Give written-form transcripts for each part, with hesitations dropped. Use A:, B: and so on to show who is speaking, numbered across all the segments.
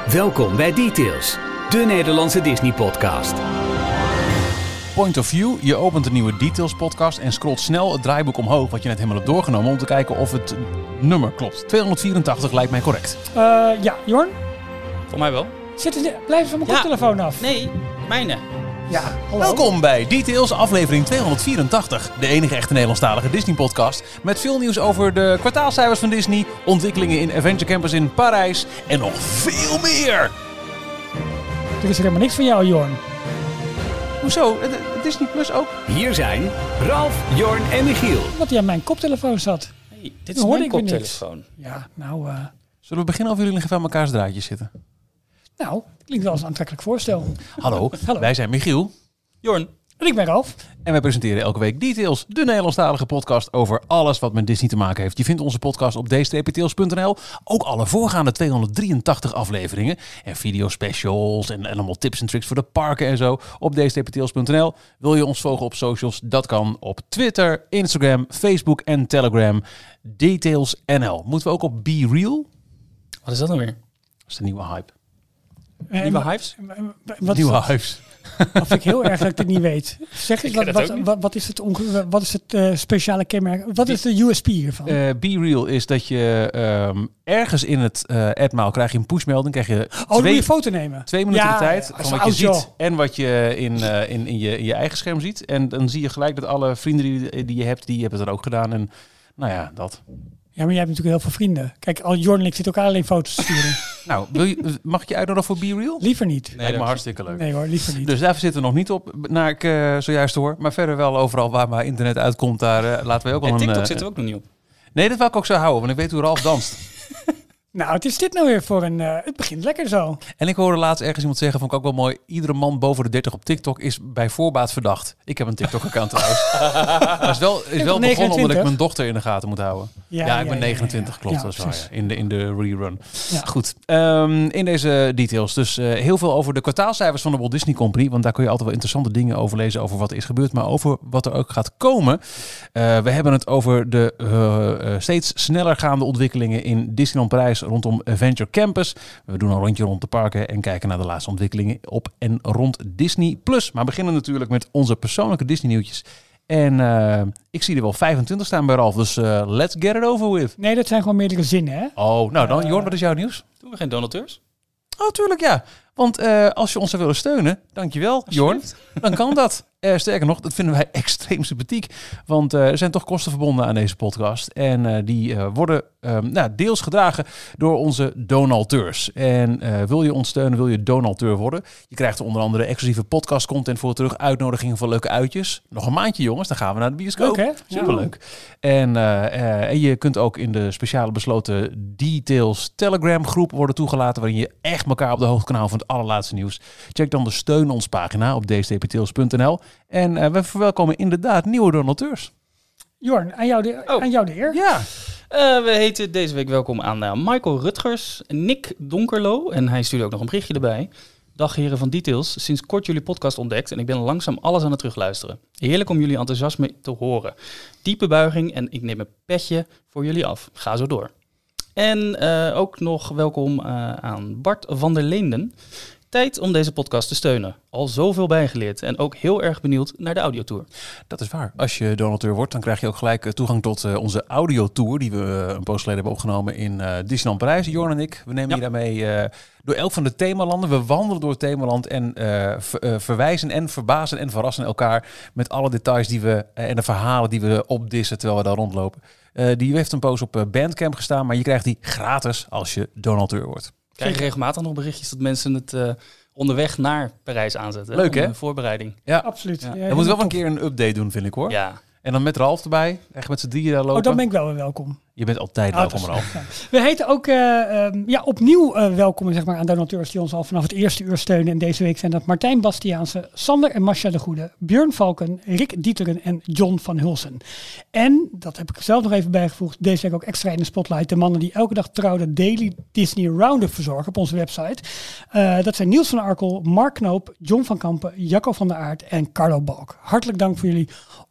A: Welkom bij Details, de Nederlandse Disney-podcast.
B: Point of View, je opent een nieuwe Details-podcast en scrolt snel het draaiboek omhoog, wat je net helemaal hebt doorgenomen, om te kijken of het nummer klopt. 284 lijkt mij correct.
C: Ja, Jorn?
D: Voor mij wel.
C: Blijf van mijn koptelefoon af.
D: Nee, mijne.
C: Ja, hallo.
B: Welkom bij Details, aflevering 284. De enige echte Nederlandstalige Disney-podcast. Met veel nieuws over de kwartaalcijfers van Disney, ontwikkelingen in Adventure Campus in Parijs en nog veel meer.
C: Er is er helemaal niks van jou, Jorn.
B: Hoezo? Disney Plus ook?
A: Hier zijn Ralf, Jorn en Michiel.
C: Wat hij aan mijn koptelefoon zat.
D: Hey, dit
C: Dan
D: is
C: hoorde
D: mijn
C: ik weer
D: koptelefoon.
C: Ja, nou...
B: Zullen we beginnen of jullie liggen aan elkaars draadjes zitten?
C: Klinkt wel als een aantrekkelijk voorstel.
B: Hallo,
C: Hallo.
B: Wij zijn Michiel.
D: Jorn.
C: En ik ben Ralf.
B: En wij presenteren elke week Details, de Nederlandstalige podcast over alles wat met Disney te maken heeft. Je vindt onze podcast op dstptails.nl. Ook alle voorgaande 283 afleveringen. En videospecials en allemaal tips en tricks voor de parken en zo op dstptails.nl. Wil je ons volgen op socials? Dat kan op Twitter, Instagram, Facebook en Telegram. Details.nl. Moeten we ook op Be Real?
D: Wat is dat nou weer?
B: Dat is de nieuwe hype.
D: Nieuwe Hives?
B: Nieuwe hypes.
C: Dat vind ik heel erg dat ik dit niet weet. Zeg eens,
D: Ik weet het ook niet.
C: wat is het speciale kenmerk? Wat is de USP hiervan?
B: Be Real is dat je ergens in het AdMaal krijg je een pushmelding. Krijg je
C: Dan moet je een foto nemen.
B: 2 minuten
C: Ja,
B: de tijd
C: als
B: van
C: een
B: wat je
C: auto.
B: ziet en wat je in je eigen scherm ziet. En dan zie je gelijk dat alle vrienden die je hebt, die hebben het ook gedaan. En nou ja, dat.
C: Ja, maar jij hebt natuurlijk heel veel vrienden. Kijk, Jorn en ik zitten elkaar alleen foto's te sturen.
B: Nou, mag ik je uitnodigen voor Be Real?
C: Liever niet.
B: Lijkt me hartstikke leuk.
C: Nee hoor, liever niet.
B: Dus daar zitten we nog niet op, naar ik zojuist hoor. Maar verder wel overal waar maar internet uitkomt, daar laten we ook wel
D: En
B: een...
D: TikTok zitten we ook nog niet op.
B: Nee, dat wil ik ook zo houden, want ik weet hoe Ralf danst.
C: Nou, het is dit nou weer voor een... het begint lekker zo.
B: En ik hoorde laatst ergens iemand zeggen, vond ik ook wel mooi, iedere man boven de 30 op TikTok is bij voorbaat verdacht. Ik heb een TikTok-account trouwens. Maar is wel begonnen
C: 29?
B: omdat ik mijn dochter in de gaten moet houden. Ja, ik ben 29, klopt,
C: Ja,
B: dat is waar.
C: precies.
B: Ja. In de rerun.
C: Ja.
B: Goed, in deze details dus heel veel over de kwartaalcijfers van de Walt Disney Company, want daar kun je altijd wel interessante dingen over lezen, over wat er is gebeurd, maar over wat er ook gaat komen. We hebben het over de steeds sneller gaande ontwikkelingen in Disneyland Parijs rondom Adventure Campus. We doen een rondje rond de parken en kijken naar de laatste ontwikkelingen op en rond Disney+. Maar we beginnen natuurlijk met onze persoonlijke Disney nieuwtjes. En ik zie er wel 25 staan bij Ralf, dus let's get it over with.
C: Nee, dat zijn gewoon meerdere zinnen, hè?
B: Oh, nou dan, Jorn, wat is jouw nieuws?
D: Doen we geen donateurs?
B: Oh, tuurlijk ja. Want als je ons zou willen steunen, dankjewel Jorn, dan kan dat. Sterker nog, dat vinden wij extreem sympathiek. Want er zijn toch kosten verbonden aan deze podcast. En die worden deels gedragen door onze donateurs. En wil je ons steunen, wil je donateur worden. Je krijgt er onder andere exclusieve podcast content voor terug. Uitnodigingen voor leuke uitjes. Nog een maandje jongens, dan gaan we naar de bioscoop.
C: Leuk, hè?
B: Superleuk. En je kunt ook in de speciale besloten Details Telegram groep worden toegelaten, waarin je echt elkaar op de hoogte kan houden van het allerlaatste nieuws. Check dan de steun ons pagina op dstptails.nl. En we verwelkomen inderdaad nieuwe donateurs.
C: Jorn, aan jou de eer.
B: Ja.
D: We heten deze week welkom aan Michael Rutgers, Nick Donkerlo. En hij stuurde ook nog een berichtje erbij. Dag heren van Details, sinds kort jullie podcast ontdekt en ik ben langzaam alles aan het terugluisteren. Heerlijk om jullie enthousiasme te horen. Diepe buiging en ik neem een petje voor jullie af. Ga zo door. En ook nog welkom aan Bart van der Leenden. Tijd om deze podcast te steunen. Al zoveel bijgeleerd en ook heel erg benieuwd naar de audiotour.
B: Dat is waar. Als je donateur wordt, dan krijg je ook gelijk toegang tot onze audiotour die we een poos geleden hebben opgenomen in Disneyland Parijs. Jorn en ik, we nemen je daarmee door elk van de themalanden. We wandelen door het themaland en verwijzen en verbazen en verrassen elkaar met alle details die we en de verhalen die we opdissen terwijl we daar rondlopen. Die heeft een poos op Bandcamp gestaan, maar je krijgt die gratis als je donateur wordt.
D: Krijg je regelmatig nog berichtjes dat mensen het onderweg naar Parijs aanzetten.
B: Leuk, hè?
D: Een voorbereiding.
B: Ja,
C: Absoluut.
D: Ja.
C: Ja,
B: we moeten wel een keer een update doen, vind ik hoor.
D: Ja.
B: En dan met Ralf erbij, echt met z'n drieën daar lopen.
C: Oh, dan ben ik wel weer welkom.
B: Je bent altijd welkom, Ralf.
C: Ja. We heten ook opnieuw welkom zeg maar, aan donateurs die ons al vanaf het eerste uur steunen. En deze week zijn dat Martijn Bastiaanse, Sander en Masha de Goede, Björn Valken, Rick Dieteren en John van Hulsen. En, dat heb ik zelf nog even bijgevoegd, deze week ook extra in de spotlight, de mannen die elke dag trouw de Daily Disney Roundup verzorgen op onze website. Dat zijn Niels van Arkel, Mark Knoop, John van Kampen, Jacco van der Aert en Carlo Balk. Hartelijk dank voor jullie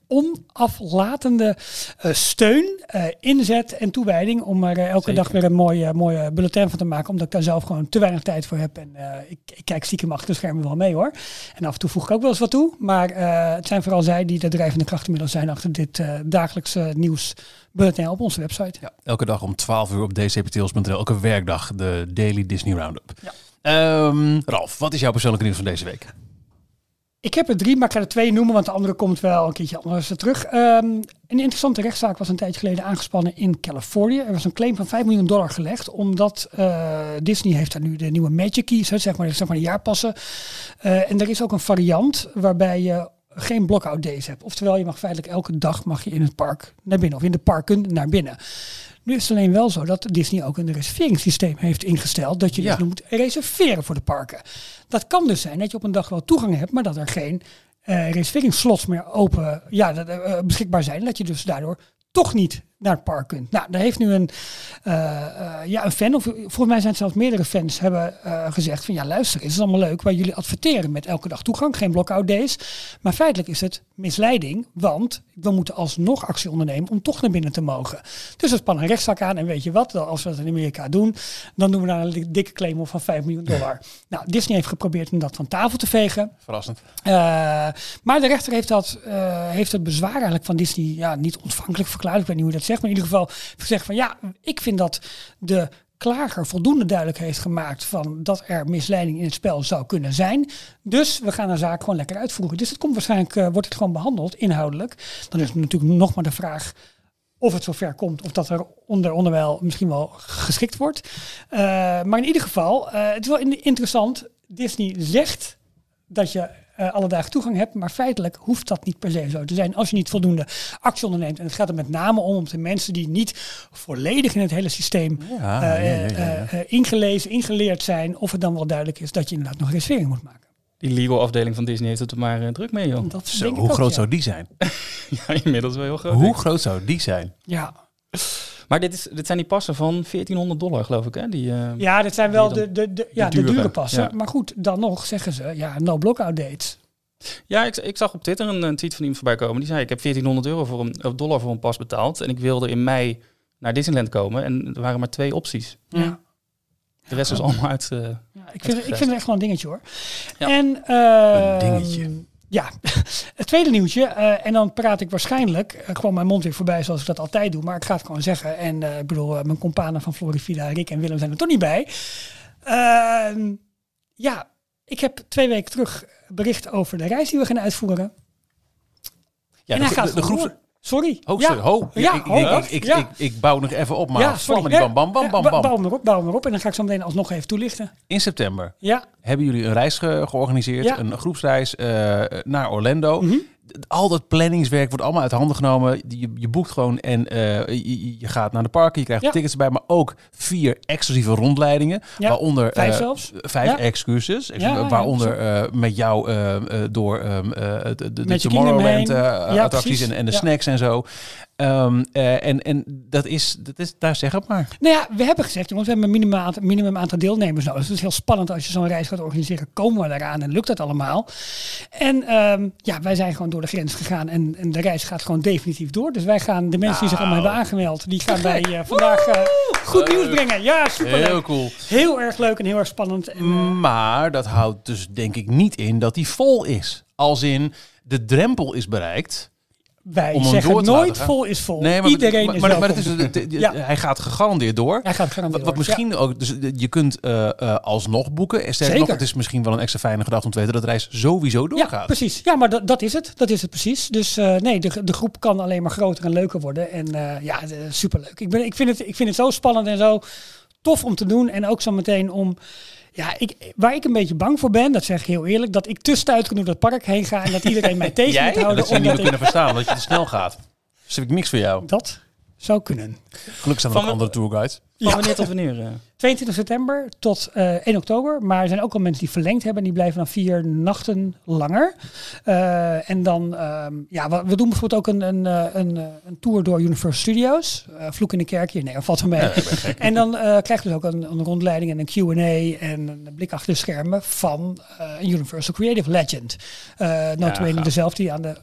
C: onaflatende steun, inzet en toewijding om er elke dag weer een mooie bulletin van te maken. Omdat ik daar zelf gewoon te weinig tijd voor heb. En ik kijk stiekem achter de schermen wel mee hoor. En af en toe voeg ik ook wel eens wat toe. Maar het zijn vooral zij die de drijvende kracht inmiddels zijn achter dit dagelijkse nieuwsbulletin op onze website.
B: Ja, elke dag om 12 uur op dcptils.nl. Elke werkdag de Daily Disney Roundup.
C: Ja.
B: Ralf, wat is jouw persoonlijke nieuws van deze week?
C: Ik heb er 3, maar ik ga er 2 noemen, want de andere komt wel een keertje anders terug. Een interessante rechtszaak was een tijdje geleden aangespannen in Californië. Er was een claim van $5 miljoen gelegd, omdat Disney heeft daar nu de nieuwe Magic Keys, zeg maar de jaarpassen. En er is ook een variant waarbij je geen block-out days hebt. Oftewel, je mag feitelijk elke dag in het park naar binnen of in de parken naar binnen. Nu is het alleen wel zo dat Disney ook een reserveringssysteem heeft ingesteld dat je dus moet reserveren voor de parken. Dat kan dus zijn dat je op een dag wel toegang hebt, maar dat er geen reserveringsslots meer open beschikbaar zijn. Dat je dus daardoor toch niet naar het park kunt. Nou, daar heeft nu een fan, of volgens mij zijn het zelfs meerdere fans, hebben gezegd van luister, het is allemaal leuk waar jullie adverteren met elke dag toegang, geen block-out days. Maar feitelijk is het misleiding, want we moeten alsnog actie ondernemen om toch naar binnen te mogen. Dus we spannen een rechtszaak aan en weet je wat, als we dat in Amerika doen, dan doen we daar een dikke claim op van $5 miljoen. Nou, Disney heeft geprobeerd om dat van tafel te vegen.
B: Verrassend.
C: Maar de rechter heeft het bezwaar eigenlijk van Disney niet ontvankelijk verklaard. Ik weet niet hoe je dat zegt, maar in ieder geval gezegd van ik vind dat de klager voldoende duidelijk heeft gemaakt van dat er misleiding in het spel zou kunnen zijn. Dus we gaan de zaak gewoon lekker uitvoeren. Dus het komt waarschijnlijk, wordt het gewoon behandeld inhoudelijk. Dan is het natuurlijk nog maar de vraag of het zover komt of dat er onderwijl misschien wel geschikt wordt. Maar in ieder geval, het is wel interessant. Disney zegt dat je alle dagen toegang hebt, maar feitelijk hoeft dat niet per se zo te zijn als je niet voldoende actie onderneemt. En het gaat er met name om de mensen die niet volledig in het hele systeem ingeleerd zijn, of het dan wel duidelijk is dat je inderdaad nog reservering moet maken.
D: Die legal afdeling van Disney heeft het er maar druk mee, joh.
B: Hoe groot zou die zijn?
D: Inmiddels wel heel groot.
B: Hoe groot zou die zijn?
C: Ja.
D: Maar dit zijn die passen van $1400, geloof ik, hè?
C: Dit zijn wel de dure passen.
D: Ja.
C: Maar goed, dan nog zeggen ze, no block-out dates.
D: Ja, ik zag op Twitter een tweet van iemand voorbij komen. Die zei, ik heb $1400 voor een pas betaald. En ik wilde in mei naar Disneyland komen. En er waren maar 2 opties.
C: Ja.
D: De rest is allemaal uit.
C: Ik vind het echt wel een dingetje hoor.
D: Ja.
C: En,
B: een dingetje.
C: Ja, het tweede nieuwtje. En dan praat ik waarschijnlijk gewoon mijn mond weer voorbij zoals ik dat altijd doe. Maar ik ga het gewoon zeggen. En ik bedoel, mijn companen van Florivida, Rick en Willem zijn er toch niet bij. Ik heb 2 weken terug bericht over de reis die we gaan uitvoeren.
B: Ja,
C: en hij gaat
B: de groep.
C: Sorry.
B: Ik bouw nog even op, maar
C: bouw hem erop. En dan ga ik zo meteen alsnog even toelichten.
B: In september
C: hebben
B: jullie een reis georganiseerd, een groepsreis naar Orlando.
C: Mm-hmm.
B: Al dat planningswerk wordt allemaal uit handen genomen. Je boekt gewoon en je gaat naar de parken. Je krijgt tickets erbij, maar ook 4 exclusieve rondleidingen.
C: Ja,
B: waaronder
C: 5 zelfs.
B: 5 excursies. Waaronder met jou door de Tomorrowland attracties en de snacks en zo. En dat is, daar zeg het maar.
C: Nou ja, we hebben gezegd, jongens, we hebben een minimum aantal deelnemers nodig. Dus het is heel spannend als je zo'n reis gaat organiseren. Komen we eraan en lukt dat allemaal? En wij zijn gewoon door de grens gegaan en de reis gaat gewoon definitief door. Dus wij gaan, de mensen die zich allemaal hebben aangemeld, die gaan wij vandaag goed nieuws brengen. Ja, superleuk.
B: Heel cool.
C: Heel erg leuk en heel erg spannend. En,
B: maar dat houdt dus denk ik niet in dat die vol is. Als in, de drempel is bereikt.
C: Wij zeggen nooit vol is vol. Nee, maar iedereen is welkom.
B: Maar hij gaat gegarandeerd door.
C: Hij gaat gegarandeerd
B: wat misschien ook, dus je kunt alsnog boeken. Sterker nog, het is misschien wel een extra fijne gedachte om te weten dat de reis sowieso doorgaat.
C: Ja, precies. Ja, maar dat is het. Dat is het precies. Dus de groep kan alleen maar groter en leuker worden. En superleuk. Ik vind het zo spannend en zo tof om te doen. En ook zo meteen om... Ja, waar ik een beetje bang voor ben, dat zeg ik heel eerlijk, dat ik te stuiteren door dat park heen ga en dat iedereen mij tegen moet houden.
B: Dat ze niet kunnen verstaan, dat je te snel gaat. Dus heb ik niks voor jou.
C: Dat zou kunnen.
B: Gelukkig zijn er nog andere tourguides.
D: Van wanneer tot wanneer?
C: 22 september tot 1 oktober. Maar er zijn ook al mensen die verlengd hebben. Die blijven dan 4 nachten langer. En dan, we doen bijvoorbeeld ook een tour door Universal Studios. Vloek in de kerk hier. Nee, dat valt er mee. En dan krijg je dus ook een rondleiding en een Q&A en een blik achter de schermen van Universal Creative Legend. Notabene dezelfde die aan de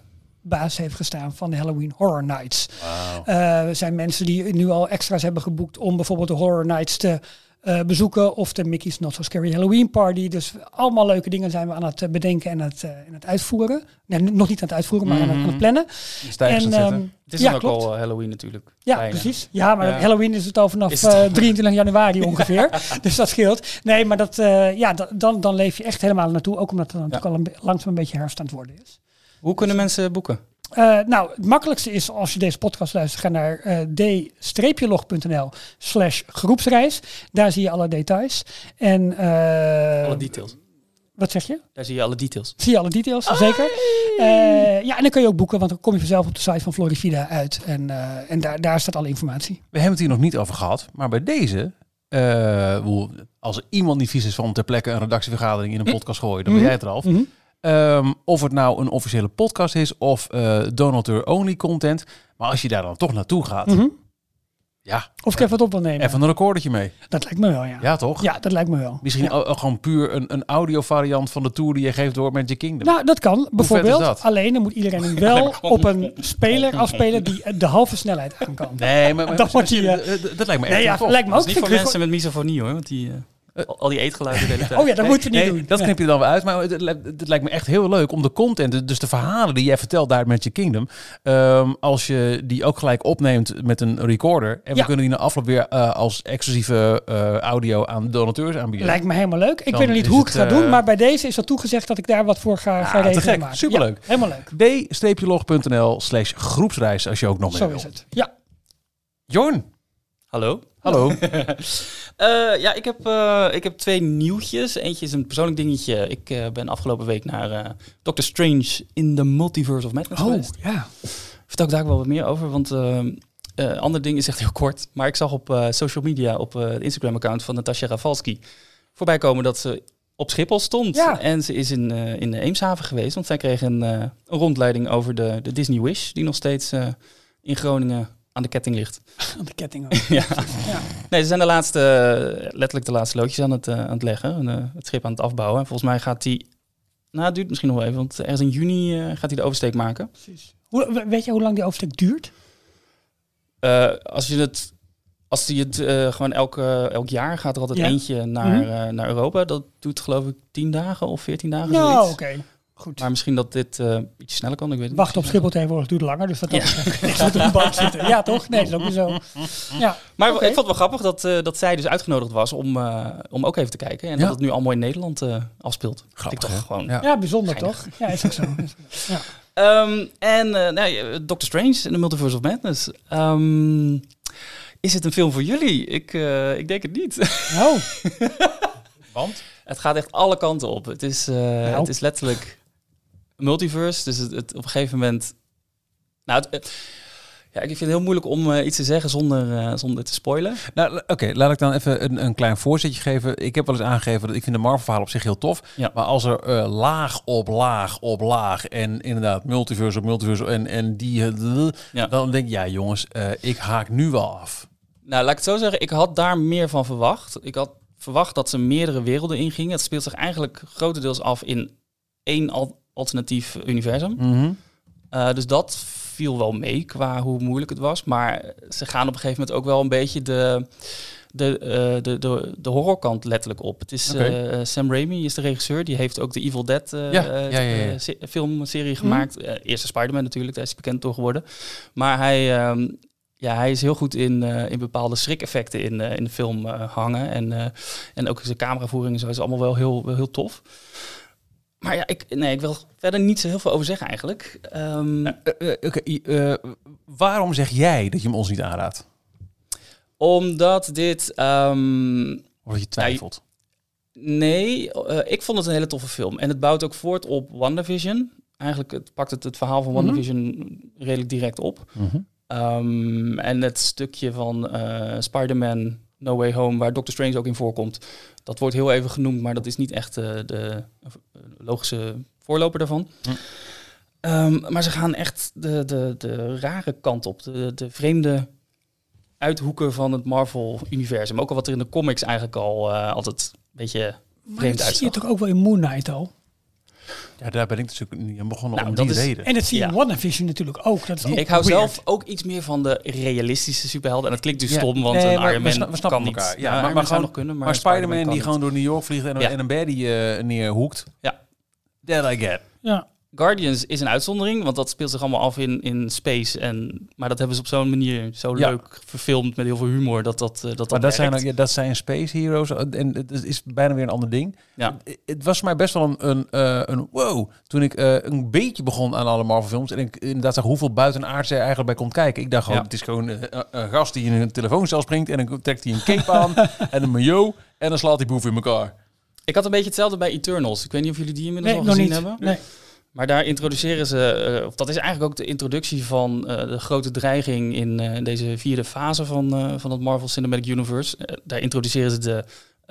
C: basis heeft gestaan van de Halloween Horror Nights.
B: Wauw.
C: Er zijn mensen die nu al extra's hebben geboekt om bijvoorbeeld de Horror Nights te bezoeken. Of de Mickey's Not So Scary Halloween Party. Dus allemaal leuke dingen zijn we aan het bedenken en het uitvoeren. Nee, nog niet aan het uitvoeren, maar aan het plannen.
D: Het is dan ook al Halloween natuurlijk.
C: Ja,
D: bijna.
C: Precies. Ja, maar Halloween is het al vanaf 23 januari ongeveer. Dus dat scheelt. Nee, maar dan leef je echt helemaal naartoe. Ook omdat het natuurlijk al langzaam een beetje herfst aan het worden is.
D: Hoe kunnen mensen boeken?
C: Het makkelijkste is als je deze podcast luistert, ga naar d-log.nl/groepsreis. Daar zie je alle details. En,
D: alle details.
C: Wat zeg je?
D: Daar zie je alle details.
C: Zie je alle details, zeker. En dan kun je ook boeken, want dan kom je vanzelf op de site van Florivida uit. En daar staat alle informatie.
B: We hebben het hier nog niet over gehad, maar bij deze, als er iemand niet vies is van ter plekke een redactievergadering in een podcast gooien, dan ben jij het, Ralf. Of het nou een officiële podcast is of donateur-only content. Maar als je daar dan toch naartoe gaat,
C: Of ik even wat op wil nemen.
B: Even een recordertje mee.
C: Dat lijkt me wel, ja.
B: Ja, toch?
C: Ja, dat lijkt me wel.
B: Misschien gewoon puur een audio variant van de tour die je geeft door Magic Kingdom.
C: Nou, dat kan. Bijvoorbeeld.
B: dat?
C: Alleen dan moet iedereen hem wel op een speler afspelen die de halve snelheid aan kan.
B: Nee, maar
C: dat wordt
B: dat lijkt me echt tof.
C: Lijkt me
D: Dat
C: ook
D: is niet voor mensen met misofonie hoor, want die... al die eetgeluiden de hele tijd.
C: Oh ja, dat moeten we niet doen.
B: Dat knip je dan wel uit. Maar het lijkt me echt heel leuk om de content, dus de verhalen die jij vertelt daar met je Kingdom, als je die ook gelijk opneemt met een recorder. En we kunnen die na afloop weer als exclusieve audio aan donateurs aanbieden.
C: Lijkt me helemaal leuk. Ik weet nog niet hoe ik het ga doen, maar bij deze is al toegezegd dat ik daar wat voor ga regelen. Maken.
B: Superleuk.
C: Ja, helemaal leuk.
B: d-log.nl/groepsreis als je ook nog meer
C: Zo
B: wil.
C: is het. Ja.
B: Jorn.
D: Hallo. Ik heb 2 nieuwtjes. Eentje is een persoonlijk dingetje. Ik ben afgelopen week naar Doctor Strange in the Multiverse of Madness geweest.
C: Ja.
D: Vertel ik daar ook wel wat meer over, want ander ding is echt heel kort. Maar ik zag op social media, op het Instagram-account van Natasja Rafalski, voorbij komen dat ze op Schiphol stond.
C: Ja.
D: En ze is in de Eemshaven geweest, want zij kreeg een rondleiding over de Disney Wish, die nog steeds in Groningen aan de ketting ligt.
C: Aan de ketting ook.
D: Ja. Nee, ze zijn letterlijk de laatste loodjes aan het leggen. Het schip aan het afbouwen. En volgens mij gaat die... Nou, het duurt misschien nog wel even, want ergens in juni gaat hij de oversteek maken.
C: Precies. Weet je hoe lang die oversteek duurt?
D: Als hij het gewoon elk jaar gaat er altijd eentje naar Europa. Dat doet geloof ik 10 dagen of 14 dagen.
C: Nou, oké. Goed.
D: Maar misschien dat dit iets sneller kan. Ik weet het
C: Wachten op Schiphol tegenwoordig duurt langer, dus dat moet op de bank zitten. Ja, toch? Nee, dat is ook niet zo. Ja.
D: Maar ik vond het wel grappig dat zij dus uitgenodigd was om ook even te kijken. En dat het nu allemaal in Nederland afspeelt.
B: Grappig,
D: toch gewoon.
C: Ja, bijzonder
D: geinig.
C: toch? Ja, is ook zo. Ja.
D: Doctor Strange in the Multiverse of Madness. Is het een film voor jullie? Ik denk het niet.
C: Oh.
B: Want?
D: Het gaat echt alle kanten op. Het is letterlijk multiverse. Dus het op een gegeven moment... ik vind het heel moeilijk om iets te zeggen zonder te spoilen.
B: Nou, oké, laat ik dan even een klein voorzetje geven. Ik heb wel eens aangegeven dat ik vind de Marvel-verhaal op zich heel tof. Ja. Maar als er laag op laag op laag en inderdaad multiverse op multiverse en die... Dan denk ik, ja jongens, ik haak nu wel af.
D: Nou, laat ik het zo zeggen. Ik had daar meer van verwacht. Ik had verwacht dat ze meerdere werelden ingingen. Het speelt zich eigenlijk grotendeels af in 1 alternatief universum.
B: Mm-hmm.
D: Dus dat viel wel mee qua hoe moeilijk het was. Maar ze gaan op een gegeven moment ook wel een beetje de horrorkant letterlijk op. Het is Sam Raimi is de regisseur. Die heeft ook de Evil Dead filmserie gemaakt. Eerste Spider-Man natuurlijk, daar is hij bekend door geworden. Maar hij is heel goed in bepaalde schrikeffecten in de film hangen. En ook zijn cameravoering en zo is allemaal wel heel tof. Maar ja, ik wil verder niet zo heel veel over zeggen eigenlijk.
B: Waarom zeg jij dat je hem ons niet aanraadt?
D: Omdat dit...
B: Of dat je twijfelt?
D: Nee, ik vond het een hele toffe film. En het bouwt ook voort op WandaVision. Eigenlijk pakt het verhaal van WandaVision redelijk direct op.
B: Mm-hmm.
D: En het stukje van Spider-Man No Way Home, waar Doctor Strange ook in voorkomt, dat wordt heel even genoemd, maar dat is niet echt de logische voorloper daarvan. Maar ze gaan echt de rare kant op, de vreemde uithoeken van het Marvel-universum. Ook al wat er in de comics eigenlijk al altijd een beetje vreemd uitzag.
C: Maar zie je toch ook wel in Moon Knight al?
B: Ja, daar ben ik natuurlijk niet begonnen
D: Nou,
B: om
D: dat
B: die
D: is-
B: reden.
C: En dat zie je in WandaVision natuurlijk ook. Dat is ook
D: Ik hou
C: weird.
D: zelf ook iets meer van de realistische superhelden. En dat klinkt dus
B: Ja.
D: stom, want
B: Nee,
D: een
B: maar
D: Iron
B: we
D: Man
B: snappen
D: kan niet.
B: elkaar. Ja,
D: Ja,
B: maar
D: Iron Man zou
B: gewoon-
D: nog kunnen,
B: Maar Spider-Man die
D: kan
B: gewoon door New York vliegt en,
D: Ja.
B: en een baddie neerhoekt.
D: Ja.
B: That I get.
C: Ja.
D: Guardians is een uitzondering, want dat speelt zich allemaal af in space. Maar dat hebben ze op zo'n manier zo
B: Ja.
D: leuk verfilmd met heel veel humor. Dat
B: Maar dat zijn,
D: werkt.
B: ook- ja, dat zijn space heroes. En het is bijna weer een ander ding.
D: Ja.
B: Het was voor mij best wel een wow. Toen ik een beetje begon aan alle Marvel films. En ik inderdaad zag hoeveel buitenaards er eigenlijk bij komt kijken. Ik dacht gewoon,
D: Ja.
B: het is gewoon een gast die in een telefooncel springt. En dan trekt hij een cape aan en een maillot. En dan slaat die boef in elkaar.
D: Ik had een beetje hetzelfde bij Eternals. Ik weet niet of jullie die inmiddels
C: Nee,
D: al
C: nog
D: gezien
C: niet.
D: hebben.
C: Nee.
D: Maar daar introduceren ze, of dat is eigenlijk ook de introductie van de grote dreiging in deze 4e fase van het Marvel Cinematic Universe. Daar introduceren ze de,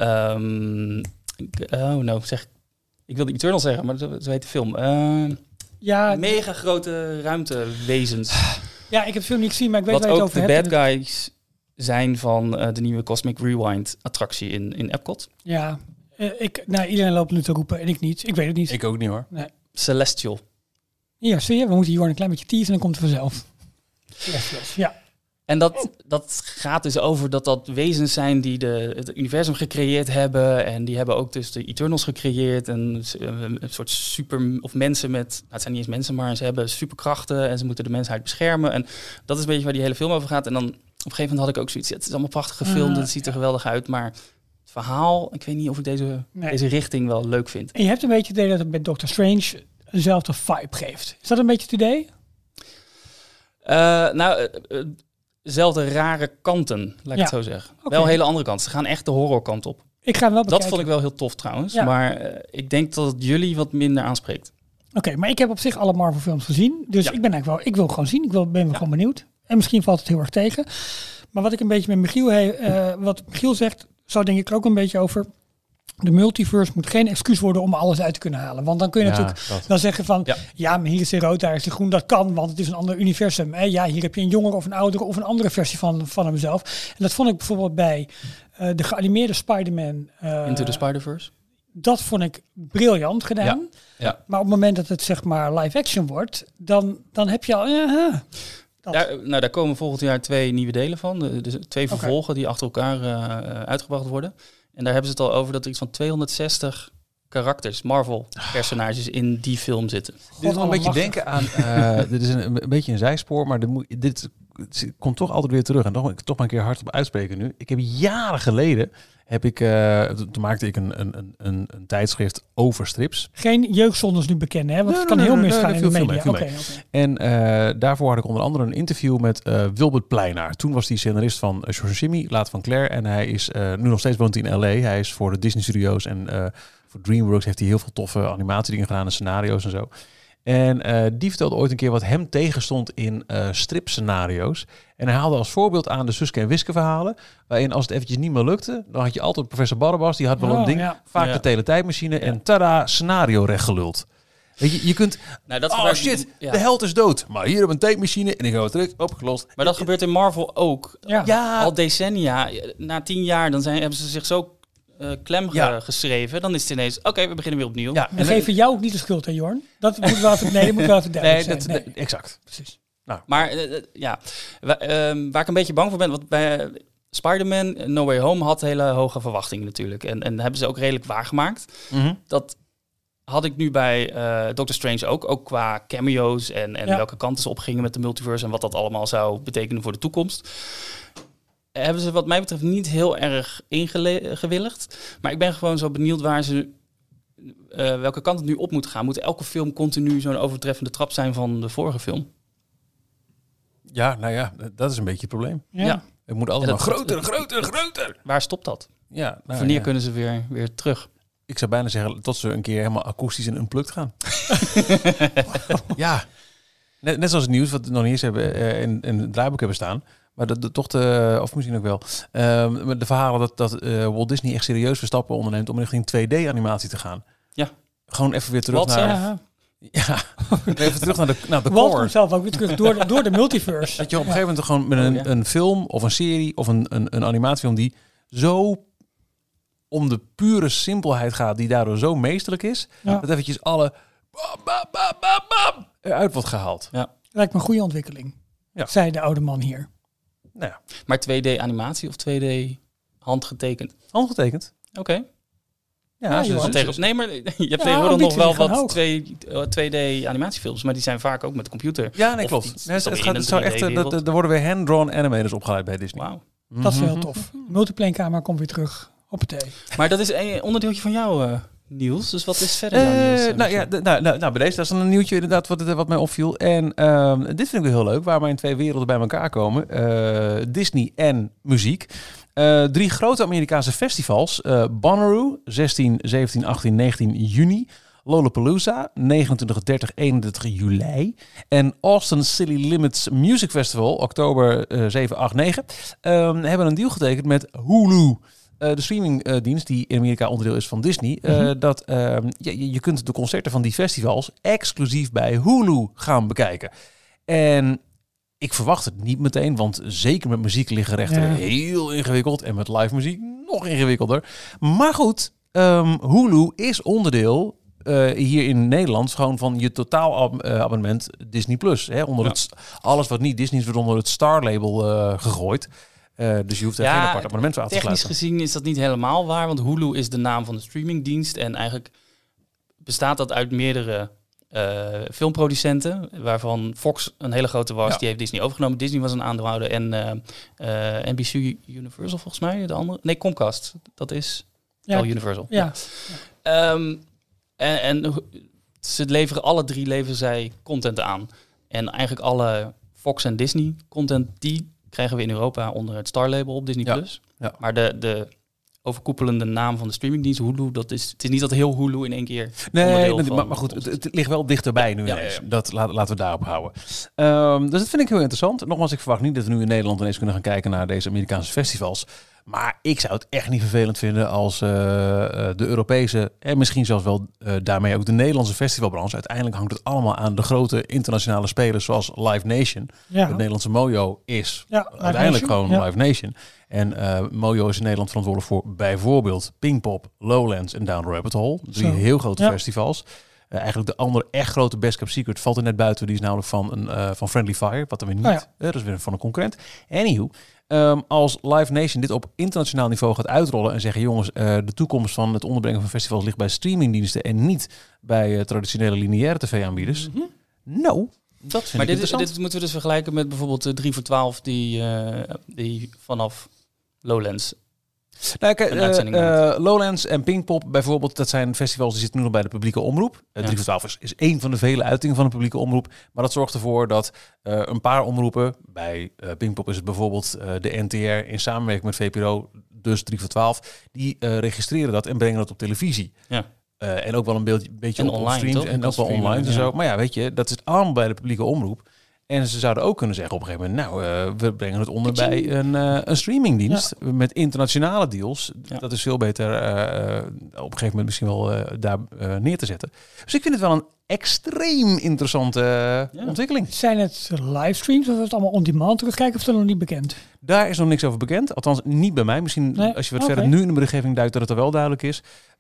D: ik wilde Eternal zeggen, maar zo heet de film.
C: Ja,
D: Mega grote ruimtewezens.
C: ja, ik heb het film niet gezien, maar ik weet
D: Wat
C: waar je het
D: ook
C: over
D: de
C: hebt.
D: bad guys zijn van de nieuwe Cosmic Rewind attractie in Epcot.
C: Ja, iedereen loopt nu te roepen en ik niet. Ik weet het niet.
B: Ik ook niet hoor.
D: Celestial.
C: Hier, zie je? We moeten Jorn een klein beetje teasen en dan komt het vanzelf. Celestials, ja.
D: En dat gaat dus over dat wezens zijn die het universum gecreëerd hebben. En die hebben ook dus de Eternals gecreëerd. En een soort super... Of mensen met... Nou, het zijn niet eens mensen, maar ze hebben superkrachten. En ze moeten de mensheid beschermen. En dat is een beetje waar die hele film over gaat. En dan op een gegeven moment had ik ook zoiets... Ja, het is allemaal prachtig gefilmd. Het ziet er geweldig uit. Maar het verhaal... Ik weet niet of ik deze richting wel leuk vind.
C: En je hebt een beetje het idee dat het met Doctor Strange eenzelfde vibe geeft. Is dat een beetje het idee?
D: Zelfde rare kanten, laat ik het zo zeggen.
C: Okay.
D: Wel hele andere kanten. Ze gaan echt de horrorkant op.
C: Ik ga hem wel bekijken.
D: Dat vond ik wel heel tof trouwens.
C: Ja.
D: Maar ik denk dat het jullie wat minder aanspreekt.
C: Oké, maar ik heb op zich alle Marvel films gezien. Dus ik ben eigenlijk wel... Ik wil gewoon zien. Ben wel gewoon benieuwd. En misschien valt het heel erg tegen. Maar wat ik een beetje met Michiel... wat Michiel zegt, zo denk ik er ook een beetje over... De multiverse moet geen excuus worden om alles uit te kunnen halen. Want dan kun je natuurlijk wel zeggen van... Ja, maar hier is de rood, daar is de groen. Dat kan, want het is een ander universum. Ja, hier heb je een jongere of een oudere of een andere versie van hemzelf. En dat vond ik bijvoorbeeld bij de geanimeerde Spider-Man...
D: Into the Spider-Verse?
C: Dat vond ik briljant gedaan.
D: Ja.
C: Maar op het moment dat het zeg maar live action wordt... Dan heb je al...
D: Daar komen volgend jaar 2 nieuwe delen van. Dus 2 vervolgen die achter elkaar uitgebracht worden. En daar hebben ze het al over dat er iets van 260 karakters, Marvel-personages in die film zitten.
B: Dit is wel een beetje denken aan... dit is een beetje een zijspoor, maar dit komt toch altijd weer terug. En toch maar een keer hardop uitspreken nu. Ik heb jaren geleden... toen maakte ik een tijdschrift over strips.
C: Geen jeugdzondes nu bekennen, hè? Want het kan heel misgaan in de media.
B: Okay. En daarvoor had ik onder andere een interview met Wilbert Pleinaar. Toen was hij scenarist van George Jimmy, later van Claire. En hij is nu nog steeds woont hij in L.A. Hij is voor de Disney Studios en voor DreamWorks heeft hij heel veel toffe animatiedingen gedaan en scenario's en zo. En die vertelde ooit een keer wat hem tegenstond in stripscenario's. En hij haalde als voorbeeld aan de Suske en Wiske verhalen. Waarin als het eventjes niet meer lukte, dan had je altijd professor Barnabas. Die had wel een ding, vaak de teletijdmachine. En tada, scenario rechtgeluld. Weet je kunt... shit, de held is dood. Maar hier hebben we een tijdmachine en ik ga het terug, opgelost.
D: Maar dat gebeurt in Marvel ook.
C: Ja.
D: Al decennia. Na 10 jaar hebben ze zich zo... klem geschreven, dan is het ineens... Oké, we beginnen weer opnieuw.
C: Ja, we geven jou ook niet de schuld, hè, Jorn? Dat moet wel even, dat moet wel even duidelijk zijn.
B: Exact.
C: Precies.
D: Nou. Maar waar ik een beetje bang voor ben... Want bij Spider-Man No Way Home had hele hoge verwachtingen natuurlijk. En hebben ze ook redelijk waargemaakt.
B: Mm-hmm.
D: Dat had ik nu bij Doctor Strange ook qua cameo's... en welke kanten ze opgingen met de multiverse... en wat dat allemaal zou betekenen voor de toekomst... hebben ze wat mij betreft niet heel erg ingewilligd. Maar ik ben gewoon zo benieuwd waar ze... welke kant het nu op moet gaan. Moet elke film continu zo'n overtreffende trap zijn van de vorige film?
B: Ja, nou ja, dat is een beetje het probleem.
C: Ja.
B: Het moet allemaal groter.
D: Waar stopt dat?
B: Ja,
D: wanneer kunnen ze weer terug?
B: Ik zou bijna zeggen tot ze een keer helemaal akoestisch en unplugged gaan. Ja, net zoals het nieuws wat we nog niet eens hebben in het draaiboek hebben staan. Maar of misschien ook wel, de verhalen dat Walt Disney echt serieus stappen onderneemt om richting 2D-animatie te gaan.
D: Ja.
B: Gewoon even weer terug naar... Ja, even terug naar de
C: Walt
B: core.
C: komt zelf ook weer terug door de multiverse.
B: Dat je op een gegeven moment gewoon met een film of een serie of een animatiefilm die zo om de pure simpelheid gaat, die daardoor zo meesterlijk is, dat eventjes alle eruit wordt gehaald.
C: Lijkt me een goede ontwikkeling, zei de oude man hier.
B: Nou ja.
D: Maar 2D animatie of 2D handgetekend?
B: Handgetekend.
D: Oké.
B: Ja,
D: Nee, maar je hebt tegenwoordig nog wel wat 2D animatiefilms, maar die zijn vaak ook met de computer.
B: Ja, nee, klopt. Het zou echt, er worden weer hand-drawn animators opgeleid bij Disney.
D: Wauw.
C: Dat is wel tof. De multiplane-camera komt weer terug. Hoppatee.
D: Maar dat is een onderdeeltje van jou, Niels. Dus wat is verder jouw nieuws?
B: Bij deze, dat is een nieuwtje inderdaad wat mij opviel. En dit vind ik wel heel leuk, waar mijn twee werelden bij elkaar komen. Disney en muziek. 3 grote Amerikaanse festivals. Bonnaroo, 16, 17, 18, 19 juni. Lollapalooza, 29, 30, 31 juli. En Austin City Limits Music Festival, oktober 7, 8, 9. Hebben een deal getekend met Hulu. De streamingdienst die in Amerika onderdeel is van Disney. Je kunt de concerten van die festivals exclusief bij Hulu gaan bekijken. En ik verwacht het niet meteen, want zeker met muziekrechten heel ingewikkeld. En met live muziek nog ingewikkelder. Maar goed, Hulu is onderdeel hier in Nederland gewoon van je totaalabonnement Disney+. Alles wat niet Disney is, wordt onder het Star-label gegooid. Dus je hoeft er geen apart abonnement aan te sluiten.
D: Technisch gezien is dat niet helemaal waar, want Hulu is de naam van de streamingdienst. En eigenlijk bestaat dat uit meerdere filmproducenten, waarvan Fox een hele grote was. Die heeft Disney overgenomen. Disney was een aandeelhouder en NBC Universal volgens mij, de andere. Nee, Comcast. Dat is Universal.
C: Ja.
D: En ze leveren alle 3 leveren zij content aan. En eigenlijk alle Fox en Disney content, die krijgen we in Europa onder het Star-label op Disney+.
B: Ja.
D: Maar de overkoepelende naam van de streamingdienst, Hulu, het is niet dat heel Hulu in één keer...
B: maar goed, het ligt wel dichterbij nu ineens. Dat laten we daarop houden. Dus dat vind ik heel interessant. Nogmaals, ik verwacht niet dat we nu in Nederland ineens kunnen gaan kijken naar deze Amerikaanse festivals. Maar ik zou het echt niet vervelend vinden als de Europese en misschien zelfs wel daarmee ook de Nederlandse festivalbranche. Uiteindelijk hangt het allemaal aan de grote internationale spelers zoals Live Nation. Ja. Het Nederlandse Mojo is uiteindelijk gewoon Live Nation. En Mojo is in Nederland verantwoordelijk voor bijvoorbeeld Pinkpop, Lowlands en Down the Rabbit Hole. 3 heel grote festivals. Eigenlijk de andere echt grote Best Kept Secret valt er net buiten. Die is namelijk van Friendly Fire, wat dan weer niet. Dat is weer van een concurrent. Anywho, als Live Nation dit op internationaal niveau gaat uitrollen en zeggen, jongens, de toekomst van het onderbrengen van festivals ligt bij streamingdiensten en niet bij traditionele lineaire tv-aanbieders. Nou, dat vind ik interessant.
D: Dit moeten we dus vergelijken met bijvoorbeeld 3 voor 12 die vanaf Lowlands.
B: Nou, Lowlands en Pinkpop bijvoorbeeld, dat zijn festivals die zitten nu nog bij de publieke omroep. 3 voor 12 is één van de vele uitingen van de publieke omroep. Maar dat zorgt ervoor dat een paar omroepen, bij Pinkpop is het bijvoorbeeld de NTR in samenwerking met VPRO, dus 3 voor 12, die registreren dat en brengen dat op televisie. Ja. En ook wel een beetje
D: en
B: op
D: online,
B: streams
D: toch?
B: en ook wel online en zo. Maar ja, weet je, dat is allemaal bij de publieke omroep. En ze zouden ook kunnen zeggen op een gegeven moment, we brengen het onder bij een streamingdienst met internationale deals. Ja. Dat is veel beter op een gegeven moment misschien wel daar neer te zetten. Dus ik vind het wel een extreem interessante ontwikkeling.
C: Zijn het livestreams of is het allemaal on-demand terugkijken of is dat nog niet bekend?
B: Daar is nog niks over bekend. Althans, niet bij mij. Misschien als je wat verder nu in de berichtgeving duikt dat het er wel duidelijk is.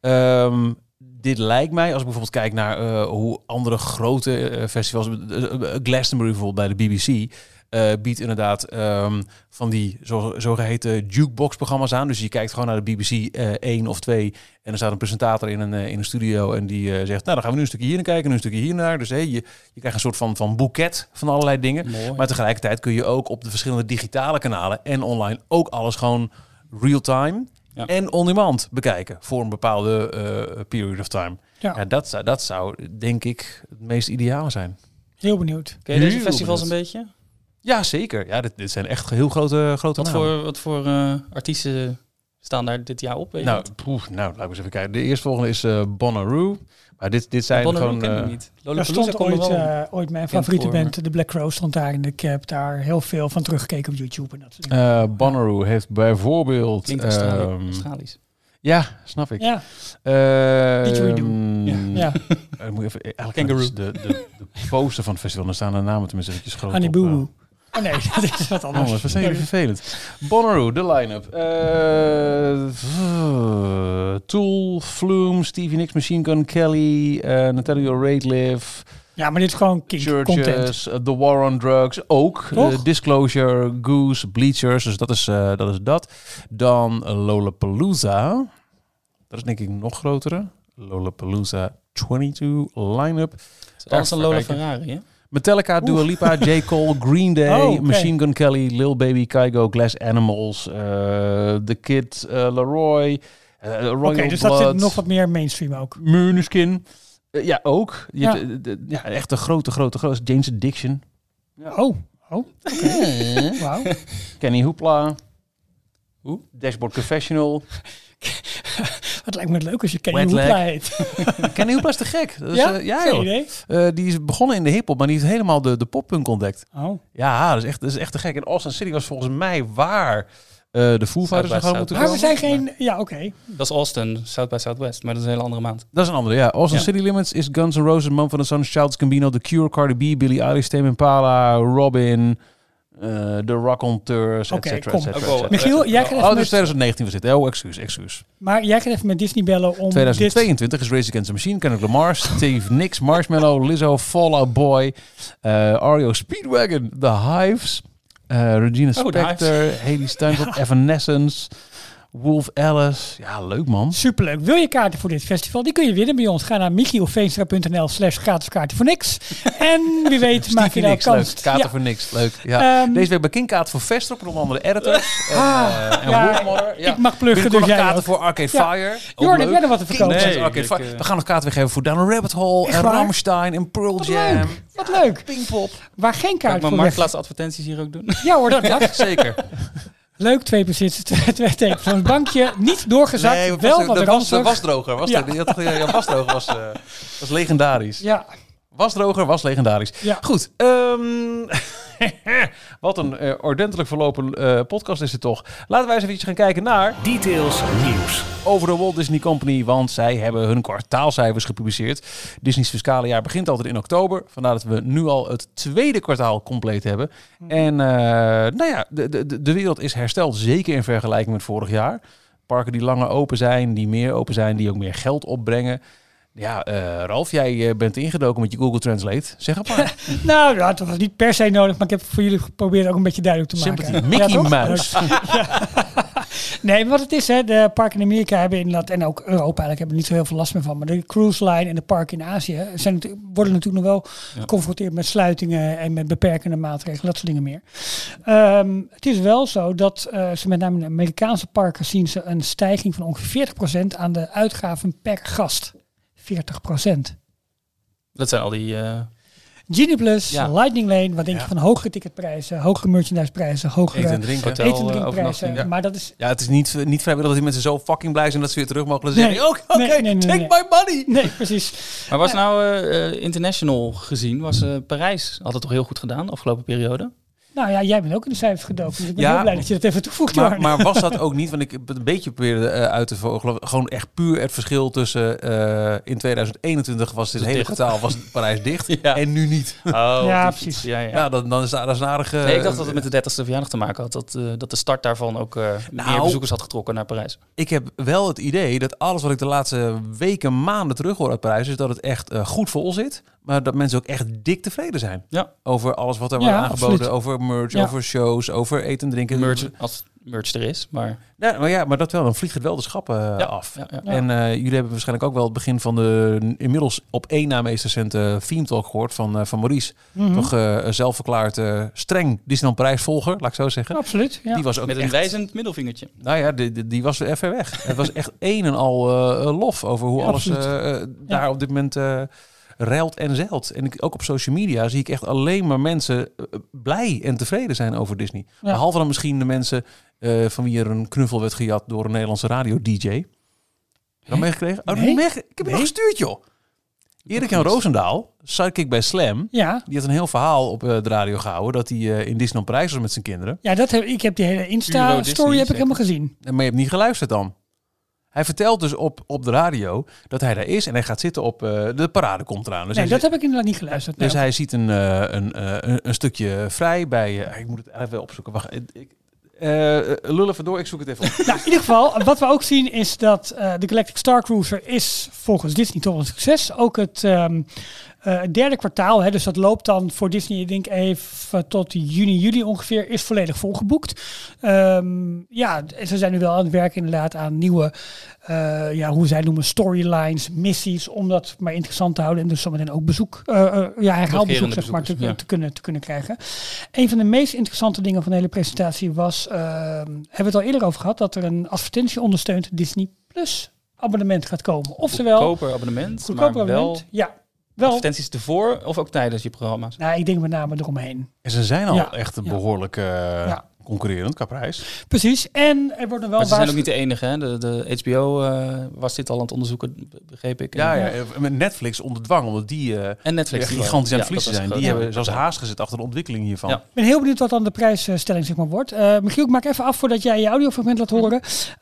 B: Dit lijkt mij, als ik bijvoorbeeld kijk naar hoe andere grote festivals, Glastonbury bijvoorbeeld bij de BBC, biedt inderdaad van die zogeheten jukebox-programma's aan. Dus je kijkt gewoon naar de BBC 1 of 2 en er staat een presentator in een studio en die zegt, nou dan gaan we nu een stukje hier naar kijken, nu een stukje hier naar. Dus je krijgt een soort van boeket van allerlei dingen. Mooi. Maar tegelijkertijd kun je ook op de verschillende digitale kanalen en online ook alles gewoon real-time en on-demand bekijken voor een bepaalde period of time. Ja, dat zou denk ik het meest ideale zijn.
C: Heel benieuwd.
D: Ken je deze festivals een beetje?
B: Ja, zeker. Ja, dit zijn echt heel grote namen.
D: Wat voor artiesten staan daar dit jaar op?
B: Laten we eens even kijken. De eerstvolgende is Bonnaroo. Maar dit zijn
D: Bonnaroo
B: gewoon...
D: ken ik niet.
C: Er stond ooit mijn favoriete band, de Black Crowes, stond daar. En ik heb daar heel veel van teruggekeken op YouTube. En dat soort dingen.
B: Bonnaroo heeft bijvoorbeeld...
D: Klinkt Australisch.
B: Ja, snap ik.
C: Ja.
B: Moet even, de poster van het festival, daar staan de namen tenminste eventjes groot
C: Honey
B: op.
C: Boo Boo. Oh nee, dat is wat anders.
B: Dat was even vervelend. Bonnaroo, de line-up. Tool, Flume, Stevie Nicks, Machine Gun Kelly, Nathaniel Rateliff...
C: Ja, maar dit is gewoon content.
B: Churches, The War on Drugs, ook. Disclosure, Goose, Bleachers, dus dat is dat. Dan Lollapalooza. Dat is denk ik nog grotere. Lollapalooza 22 line-up.
D: Alles een Lola Ferrari, hè?
B: Metallica, Dua Lipa, J. Cole, Green Day, Machine Gun Kelly, Lil Baby, Kygo, Glass Animals, The Kid, Leroy, Royal
C: dus
B: Blood.
C: dat zit nog wat meer mainstream ook.
B: Måneskin. Ja, ook. Echt een grote. Jane's Addiction.
C: Ja. Oh. Wauw.
B: Kenny Hoopla. Dashboard Confessional.
C: Het lijkt me leuk als je Kenny Hoopla heet.
B: Kenny Hoopla is te gek. Dat is,
C: geen idee.
B: Die is begonnen in de hiphop, maar die heeft helemaal de poppunk ontdekt.
C: Oh.
B: Ja, dat is echt te gek. En Austin City was volgens mij waar de Foo Fighters gaan moeten komen.
C: Maar we zijn geen... Ja, oké.
D: Dat is Austin, South by Southwest, maar dat is een hele andere maand.
B: Dat is een andere, ja. Austin City Limits is Guns N' Roses, Mumford & Sons, Childish Gambino, The Cure, Cardi B, Billie Eilish, Tame Impala, Robin, The Raconteurs, et cetera.
C: Michiel, jij gaat even
B: dus 2019 was dit. Oh, excuus.
C: Maar jij gaat even met Disney bellen om
B: 2022 is Rage Against the Machine, Kendrick Lamar, Steve Nicks, Marshmello, Lizzo, Fall Out Boy, REO Speedwagon, The Hives, Regina Spektor, Hayley Steinfeld, Evanescence, Wolf Alice. Ja, leuk man.
C: Superleuk. Wil je kaarten voor dit festival? Die kun je winnen bij ons. Ga naar michielveenstra.nl/gratis kaarten voor niks. En wie weet maak je daar kans.
B: Leuk. Kaarten voor niks. Leuk. Ja. Deze week bij Kingkaart voor Vestrop en onder andere editors. En Wolfmother. Ja.
C: Ik mag pluggen, dus jij
B: kaarten
C: ook.
B: voor Arcade Fire.
C: Jordan, heb jij nog wat te verkopen?
B: We gaan nog kaarten weggeven voor Down a Rabbit Hole en Rammstein en Pearl Jam.
C: Wat leuk.
B: Pinkpop.
C: Waar geen kaart voor
D: maar Marktplaats advertenties hier ook doen?
C: Ja hoor, dat
B: zeker.
C: Leuk, 2 bezits, 2 tekens van het bankje. Niet doorgezakt,
B: nee,
C: wel wat
B: de wasdroger. Wasdroger was legendarisch.
C: Ja.
B: Wasdroger was legendarisch.
C: Ja.
B: Goed. Wat een ordentelijk verlopen podcast is het toch. Laten wij eens even gaan kijken naar...
A: Details nieuws.
B: Over de Walt Disney Company, want zij hebben hun kwartaalcijfers gepubliceerd. Disney's fiscale jaar begint altijd in oktober. Vandaar dat we nu al het tweede kwartaal compleet hebben. En de wereld is hersteld, zeker in vergelijking met vorig jaar. Parken die langer open zijn, die meer open zijn, die ook meer geld opbrengen. Ja, Ralf, jij bent ingedoken met je Google Translate. Zeg het maar.
C: Nou, dat was niet per se nodig, maar ik heb voor jullie geprobeerd ook een beetje duidelijk te maken.
B: Sympathie. Mickey Mouse.
C: Nee, wat het is, hè, de parken in Amerika hebben inderdaad, en ook Europa eigenlijk, hebben er niet zo heel veel last meer van. Maar de cruise line en de parken in Azië worden natuurlijk nog wel geconfronteerd met sluitingen en met beperkende maatregelen, dat soort dingen meer. Het is wel zo dat ze met name in de Amerikaanse parken zien ze een stijging van ongeveer 40% aan de uitgaven per gast. 40%.
D: Dat zijn al die...
C: Genie Plus, Lightning Lane, wat denk je van hogere ticketprijzen, hogere merchandiseprijzen, hogere
B: eten- en drinkprijzen.
C: Maar dat is...
B: Ja, het is niet vrijwillig dat die mensen zo fucking blij zijn dat ze weer terug mogen zeggen. Oké, take my money.
C: Nee, precies.
D: Maar was international gezien, was Parijs, had het toch heel goed gedaan de afgelopen periode?
C: Nou ja, jij bent ook in de cijfers gedoken. Dus ik ben heel blij dat je dat even toevoegt.
B: Maar was dat ook niet, want ik heb het een beetje probeerde uit te vogelen, gewoon echt puur het verschil tussen in 2021 was dit hele kwartaal was Parijs dicht en nu niet.
C: Ja, precies.
B: Ja, dan is dat een aardige...
D: Nee, ik dacht dat het met de 30ste verjaardag te maken had. Dat de start daarvan ook meer bezoekers had getrokken naar Parijs.
B: Ik heb wel het idee dat alles wat ik de laatste weken, maanden terug hoor uit Parijs, is dat het echt goed vol zit. Maar dat mensen ook echt dik tevreden zijn. Ja. Over alles wat er wordt aangeboden. Absoluut. Over merch, over shows, over eten en drinken.
D: Merch, als merch er is. Maar...
B: Ja, maar dat wel. Dan vliegt het wel de schappen af. Ja. En jullie hebben waarschijnlijk ook wel het begin van de inmiddels op 1 na meest recente Theme Talk gehoord van Maurice. Mm-hmm. Toch zelfverklaard streng Disneyland Parijs-volger, laat ik zo zeggen.
C: Absoluut. Ja.
B: Die was ook
D: met een wijzend middelvingertje.
B: Nou ja, die was weer even weg. Het was echt een en al lof over hoe alles daar op dit moment... reilt en zeilt. En ook op social media zie ik echt alleen maar mensen blij en tevreden zijn over Disney. Ja. Behalve dan misschien de mensen van wie er een knuffel werd gejat door een Nederlandse radio-dj. Heb je dat meegekregen?
C: Nee.
B: Ik heb het nog gestuurd, joh. Erik-Jan Roosendaal, sidekick bij Slam, die had een heel verhaal op de radio gehouden dat hij in Disneyland Parijs was met zijn kinderen. Ja,
C: ik heb die hele Insta-story heb ik helemaal gezien.
B: Maar je hebt niet geluisterd dan? Hij vertelt dus op de radio dat hij daar is en hij gaat zitten op de parade komt eraan. Dus
C: dat heb ik inderdaad niet geluisterd.
B: Dus hij ziet een stukje vrij bij... ik moet het even opzoeken. Wacht, Lul even door, ik zoek het even op.
C: Nou, in ieder geval, wat we ook zien is dat de Galactic Star Cruiser is volgens Disney toch een succes. Ook het derde kwartaal, hè, dus dat loopt dan voor Disney, ik denk even tot juni, juli ongeveer, is volledig volgeboekt. Ze zijn nu wel aan het werken inderdaad aan nieuwe, hoe zij noemen, storylines, missies, om dat maar interessant te houden en dus zometeen ook herhaalbezoek zeg maar, te kunnen krijgen. Een van de meest interessante dingen van de hele presentatie was, hebben we het al eerder over gehad, dat er een advertentie ondersteund Disney Plus abonnement gaat komen. Oftewel,
D: goedkoper abonnement, maar wel...
C: Ja. Wel.
D: Advertenties ervoor of ook tijdens je programma's?
C: Nou, ik denk met name eromheen.
B: En ze zijn al echt een behoorlijk concurrerend qua prijs.
C: Precies. En er wordt nog wel...
D: Maar ze zijn ook niet de enige, hè? De HBO was dit al aan het onderzoeken, begreep ik.
B: Ja, met Netflix onder dwang, omdat die
D: en Netflix
B: gigantisch aan het verliezen zijn. Die hebben zelfs haast gezet achter de ontwikkeling hiervan.
C: Ja. Ik ben heel benieuwd wat dan de prijsstelling zeg maar wordt. Michiel, ik maak even af voordat jij je audiofragment laat horen.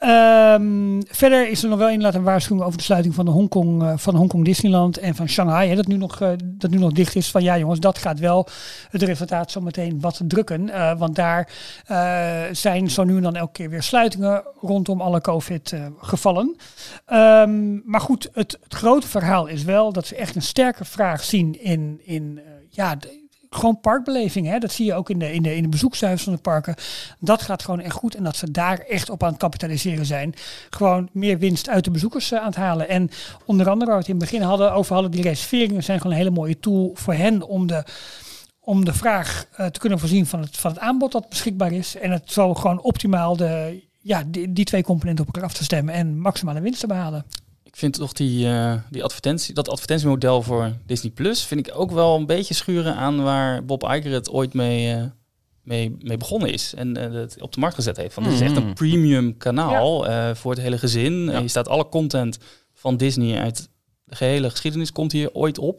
C: Verder is er nog wel inderdaad een waarschuwing over de sluiting van de Hongkong Disneyland en van Shanghai. Hè, dat nu nog dicht is. Van ja jongens, dat gaat wel het resultaat zo meteen wat drukken. Want daar zijn zo nu en dan elke keer weer sluitingen rondom alle COVID-gevallen. Maar goed, het grote verhaal is wel dat ze echt een sterke vraag zien in gewoon parkbeleving. Hè? Dat zie je ook in de bezoekcijfers van de parken. Dat gaat gewoon echt goed en dat ze daar echt op aan het kapitaliseren zijn. Gewoon meer winst uit de bezoekers aan het halen. En onder andere waar we het in het begin hadden, die reserveringen zijn gewoon een hele mooie tool voor hen om de vraag te kunnen voorzien van het aanbod dat beschikbaar is. En het zo gewoon optimaal die twee componenten op elkaar af te stemmen en maximale winst te behalen.
D: Ik vind toch dat advertentiemodel voor Disney Plus vind ik ook wel een beetje schuren aan waar Bob Iger het ooit mee begonnen is en het op de markt gezet heeft. Want het is echt een premium kanaal voor het hele gezin. Ja. Je staat alle content van Disney uit de gehele geschiedenis komt hier ooit op.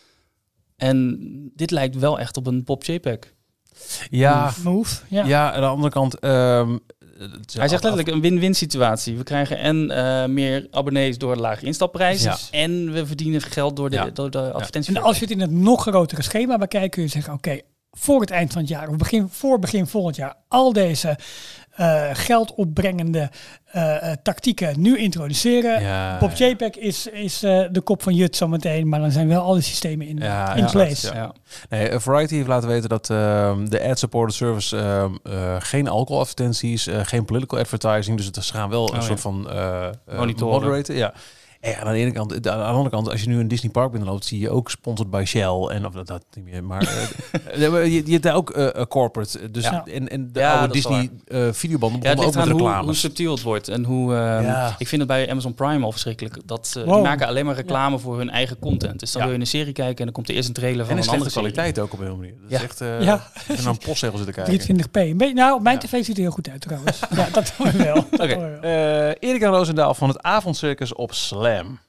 D: En dit lijkt wel echt op een Pop JPEG.
B: Ja,
C: move.
B: Ja, aan de andere kant...
D: Hij zegt letterlijk een win-win situatie. We krijgen en meer abonnees door de lage instapprijzen. Ja. En we verdienen geld door de advertentie.
C: En als je het in het nog grotere schema bekijkt, kun je zeggen, oké, voor het eind van het jaar, of begin volgend jaar, al deze geld opbrengende tactieken nu introduceren. Ja, Pop JPEG is de kop van Jut zometeen, maar dan zijn wel alle systemen in place.
B: Ja. Nee, Variety heeft laten weten dat de ad-supported service geen alcoholadvertenties, geen political advertising, dus ze gaan wel een soort van moderaten. Ja. Ja, aan de andere kant, als je nu een Disney park binnenloopt, zie je ook sponsored by Shell en of dat niet meer, maar je hebt daar ook corporate. Dus en de oude Disney videobanden begonnen ook met reclames.
D: Hoe subtiel het wordt en hoe ik vind het bij Amazon Prime al verschrikkelijk dat ze die maken alleen maar reclame voor hun eigen content. Dus dan wil je een serie kijken en dan komt er eerst een trailer van een andere
B: kwaliteit ook op een manier. Dat is echt en dan een postzegel zitten kijken.
C: 23p. Nou, op mijn tv ziet het heel goed uit trouwens. Ja, dat doen we wel.
B: Erika Roosendaal van het avondcircus op Slam.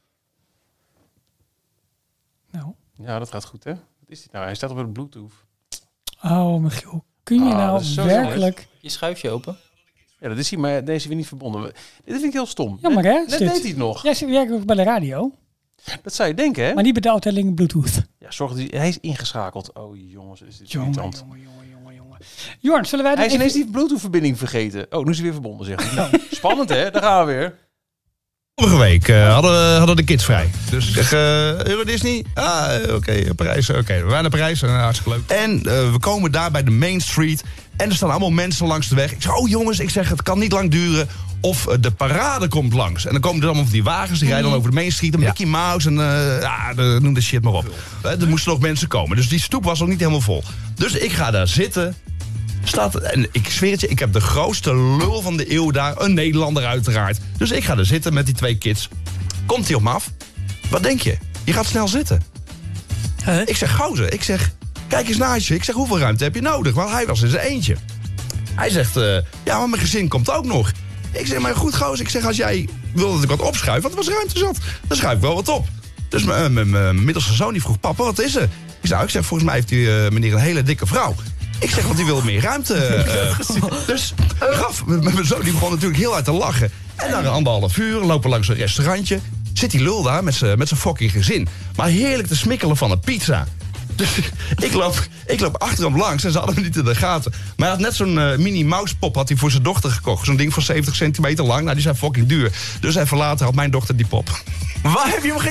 C: Nou.
B: Ja, dat gaat goed, hè? Wat is dit nou? Hij staat op een Bluetooth.
C: Oh, Michiel. Kun je nou werkelijk...
D: Je schuifje open.
B: Ja, dat is hij, maar deze is weer niet verbonden. Dit vind ik heel stom.
C: Jammer, hè?
B: Net deed hij het nog.
C: Jij werkt ook bij de radio.
B: Dat zou je denken, hè?
C: Maar niet bij de afdeling Bluetooth.
B: Ja, zorg dat hij is ingeschakeld. Oh, jongens, is dit irritant.
C: Jongen. Jorn, zullen wij...
B: Hij is ineens die Bluetooth-verbinding vergeten. Oh, nu is hij weer verbonden, zegt hij. Spannend, hè? Daar gaan we weer.
E: Vorige week hadden de kids vrij. Dus ik zeg, Euro Disney? Oké, Parijs. Oké, we waren naar Parijs. Hartstikke leuk. En we komen daar bij de Main Street. En er staan allemaal mensen langs de weg. Ik zeg, oh jongens, het kan niet lang duren. Of de parade komt langs. En dan komen er allemaal van die wagens. Die rijden dan over de Main Street. En Mickey Mouse en noem de shit maar op. Er moesten nog mensen komen. Dus die stoep was nog niet helemaal vol. Dus ik ga daar zitten. En ik zweer het je, ik heb de grootste lul van de eeuw daar. Een Nederlander uiteraard. Dus ik ga er zitten met die twee kids. Komt hij op me af? Wat denk je? Je gaat snel zitten. Ik zeg, gozer. Ik zeg, kijk eens naast je. Ik zeg, hoeveel ruimte heb je nodig? Want hij was in zijn eentje. Hij zegt, maar mijn gezin komt ook nog. Ik zeg, maar goed gozer. Ik zeg, als jij wil dat ik wat opschuif, want er was ruimte zat, dan schuif ik wel wat op. Dus mijn middelste zoon die vroeg, papa, wat is er? Ik zeg, volgens mij heeft die meneer een hele dikke vrouw. Ik zeg, want die wil meer ruimte. Dus mijn zoon die begon natuurlijk heel hard te lachen. En na 1,5 uur lopen langs een restaurantje. Zit die lul daar met zijn fucking gezin. Maar heerlijk te smikkelen van een pizza. Dus ik loop achter hem langs en ze hadden hem niet in de gaten. Maar hij had net zo'n mini mousepop had hij voor zijn dochter gekocht. Zo'n ding van 70 centimeter lang. Nou, die zijn fucking duur. Dus even later had mijn dochter die pop. Waar heb je hem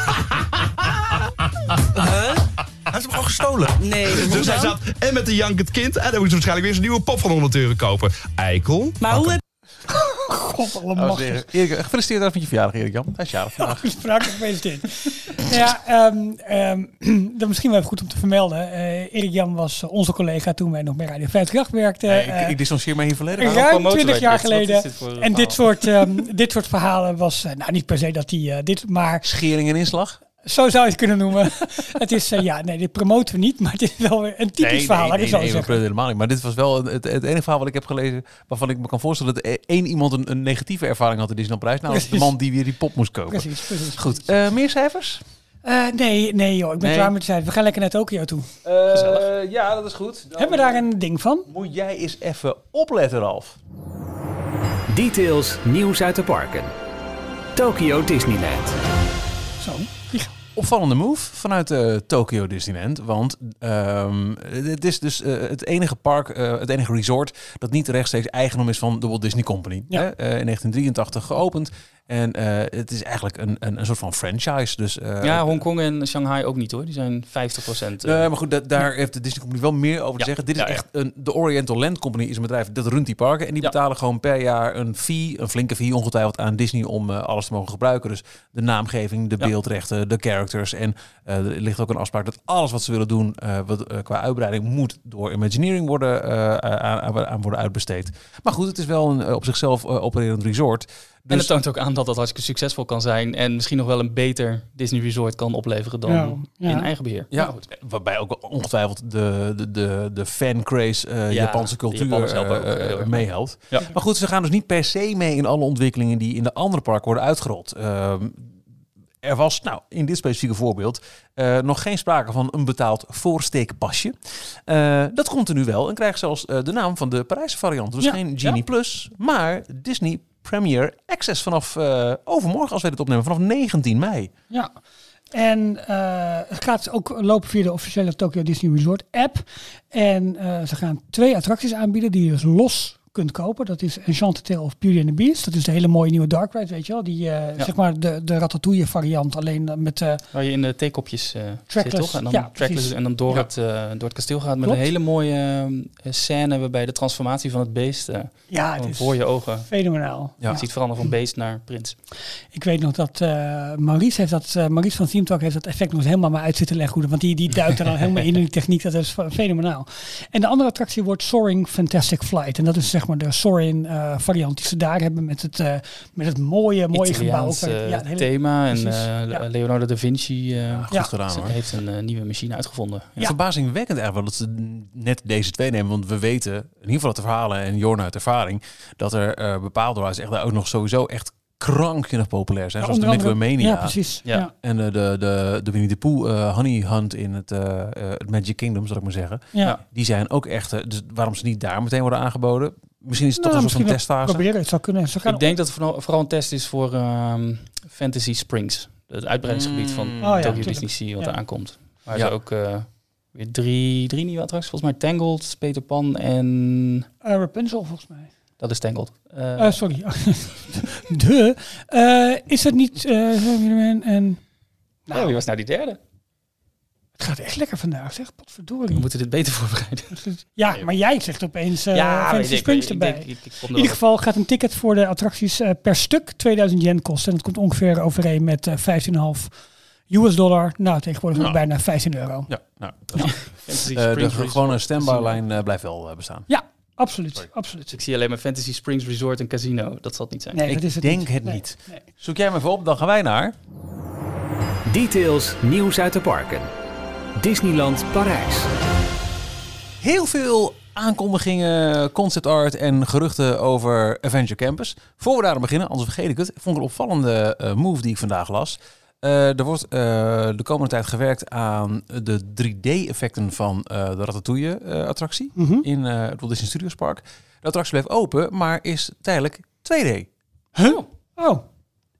E: Hij heeft hem gewoon gestolen.
F: Nee.
E: Dus hij zat en met een jankend kind. En dan moet je waarschijnlijk weer zijn nieuwe pop van 100 euro kopen. Eikel.
F: Maar hoe heb
C: God, allemachtig.
B: Erik, gefeliciteerd met je verjaardag, Erik-Jan. Hij is jarig vandaag.
C: Spraak gefeliciteerd. Dat misschien wel even goed om te vermelden. Erik-Jan was onze collega toen wij nog bij Radio 538 werkten.
B: Ik distancieer mij hier volledig.
C: Ruim 20 jaar geleden. En
D: dit
C: dit soort verhalen was niet per se dat hij dit, maar...
B: Schering en inslag?
C: Zo zou je het kunnen noemen. Het is, dit promoten we niet, maar het is wel weer een typisch verhaal.
B: Nee, helemaal niet. Maar dit was wel het enige verhaal wat ik heb gelezen waarvan ik me kan voorstellen dat één iemand een negatieve ervaring had in Disneyland Prijs. Nou, dat is de man die weer die pop moest kopen.
C: Precies.
B: Goed, meer cijfers?
C: Nee joh, ik ben klaar met de cijfers. We gaan lekker naar Tokio toe.
B: Ja, dat is goed. Dan
C: hebben we daar een ding van?
B: Moet jij eens even opletten, Ralf.
A: Details, nieuws uit de parken. Tokyo Disneyland.
C: Zo.
B: Opvallende move vanuit Tokyo Disneyland. Want het is dus het enige park, het enige resort dat niet rechtstreeks eigendom is van de Walt Disney Company.
C: Ja.
B: In 1983 geopend. En het is eigenlijk een soort van franchise. Dus,
D: Hongkong en Shanghai ook niet hoor. Die zijn 50%.
B: Maar goed, daar heeft de Disney Company wel meer over te zeggen. Dit is echt de Oriental Land Company is een bedrijf dat runt die parken. En die betalen gewoon per jaar een flinke fee ongetwijfeld aan Disney om alles te mogen gebruiken. Dus de naamgeving, de beeldrechten, de characters. En er ligt ook een afspraak dat alles wat ze willen doen qua uitbreiding moet door Imagineering worden uitbesteed. Maar goed, het is wel een op zichzelf opererend resort. Dus...
D: En het toont ook aan dat dat hartstikke succesvol kan zijn en misschien nog wel een beter Disney Resort kan opleveren dan in eigen beheer.
B: Ja, goed. Waarbij ook ongetwijfeld de fan-craze Japanse cultuur meehelpt. Ja. Maar goed, ze gaan dus niet per se mee in alle ontwikkelingen die in de andere parken worden uitgerold. Er was, in dit specifieke voorbeeld, nog geen sprake van een betaald voorsteekpasje. Dat komt er nu wel en krijgt zelfs de naam van de Parijse variant. Dus geen Genie Plus, maar Disney Premier Access vanaf overmorgen, als wij dit opnemen, vanaf 19 mei.
C: Ja, en het gaat ook lopen via de officiële Tokyo Disney Resort app. En ze gaan 2 attracties aanbieden die je dus los kunt kopen. Dat is Enchanted Tale of Beauty and the Beast. Dat is de hele mooie nieuwe Dark Ride, weet je wel. Die, zeg maar de Ratatouille variant, alleen met...
D: waar je in de theekopjes zit, toch? En dan trackless en dan door het kasteel gaat met een hele mooie scène waarbij de transformatie van het beest
C: het is
D: voor je ogen
C: fenomenaal.
D: Je ziet veranderen van beest naar prins.
C: Ik weet nog dat Maurice van Theme Talk heeft dat effect nog eens helemaal maar uit zitten leggen. Want die duikt er dan helemaal in die techniek. Dat is fenomenaal. En de andere attractie wordt Soaring Fantastic Flight. En dat is zeg maar de Soaring variant die ze daar hebben met het mooie gebouw.
D: Het hele thema. En Leonardo da Vinci
B: goed gedaan, hoor.
D: Heeft een nieuwe machine uitgevonden.
B: Ja. Verbazingwekkend eigenlijk wel dat ze net deze 2 nemen. Want we weten, in ieder geval uit de verhalen en Jorn uit ervaring, dat er bepaalde rides echt ook nog sowieso echt krankzinnig populair zijn. Zoals de Midway Mania.
C: Ja, precies. Ja.
B: En de Winnie the Pooh Honey Hunt in het Magic Kingdom, zal ik maar zeggen.
C: Ja.
B: Die zijn ook echt... dus waarom ze niet daar meteen worden aangeboden? Misschien is het toch een soort van testfase.
C: Proberen, het zou kunnen.
D: Ik denk dat het vooral een test is voor Fantasy Springs. Het uitbreidingsgebied van Tokyo Disney Sea wat er aankomt. Waar ze ook weer drie nieuwe attracties. Volgens mij Tangled, Peter Pan en...
C: Rapunzel volgens mij.
D: Dat is Tangled.
C: Sorry. Is het niet...
D: wie was nou die derde?
C: Het gaat echt lekker vandaag, zeg. Potverdorie.
D: We moeten dit beter voorbereiden.
C: Ja, maar jij zegt opeens Fantasy Springs erbij. In ieder geval gaat een ticket voor de attracties per stuk 2000 yen kosten. En dat komt ongeveer overeen met $15,5. Nou, tegenwoordig bijna €15.
B: Ja, de gewone standby-lijn blijft wel bestaan.
C: Ja, absoluut.
D: Ik zie alleen maar Fantasy Springs Resort en Casino. Dat zal het niet zijn.
C: Nee,
B: ik denk het niet. Nee. Zoek jij hem even op, dan gaan wij naar...
A: Details, nieuws uit de parken. Disneyland Parijs.
B: Heel veel aankondigingen, concept art en geruchten over Adventure Campus. Voor we daar beginnen, anders vergeet ik het. Ik vond een opvallende move die ik vandaag las. Er wordt de komende tijd gewerkt aan de 3D-effecten van de Ratatouille-attractie in het Walt Disney Studios Park. De attractie blijft open, maar is tijdelijk 2D.
C: Huh? Oh.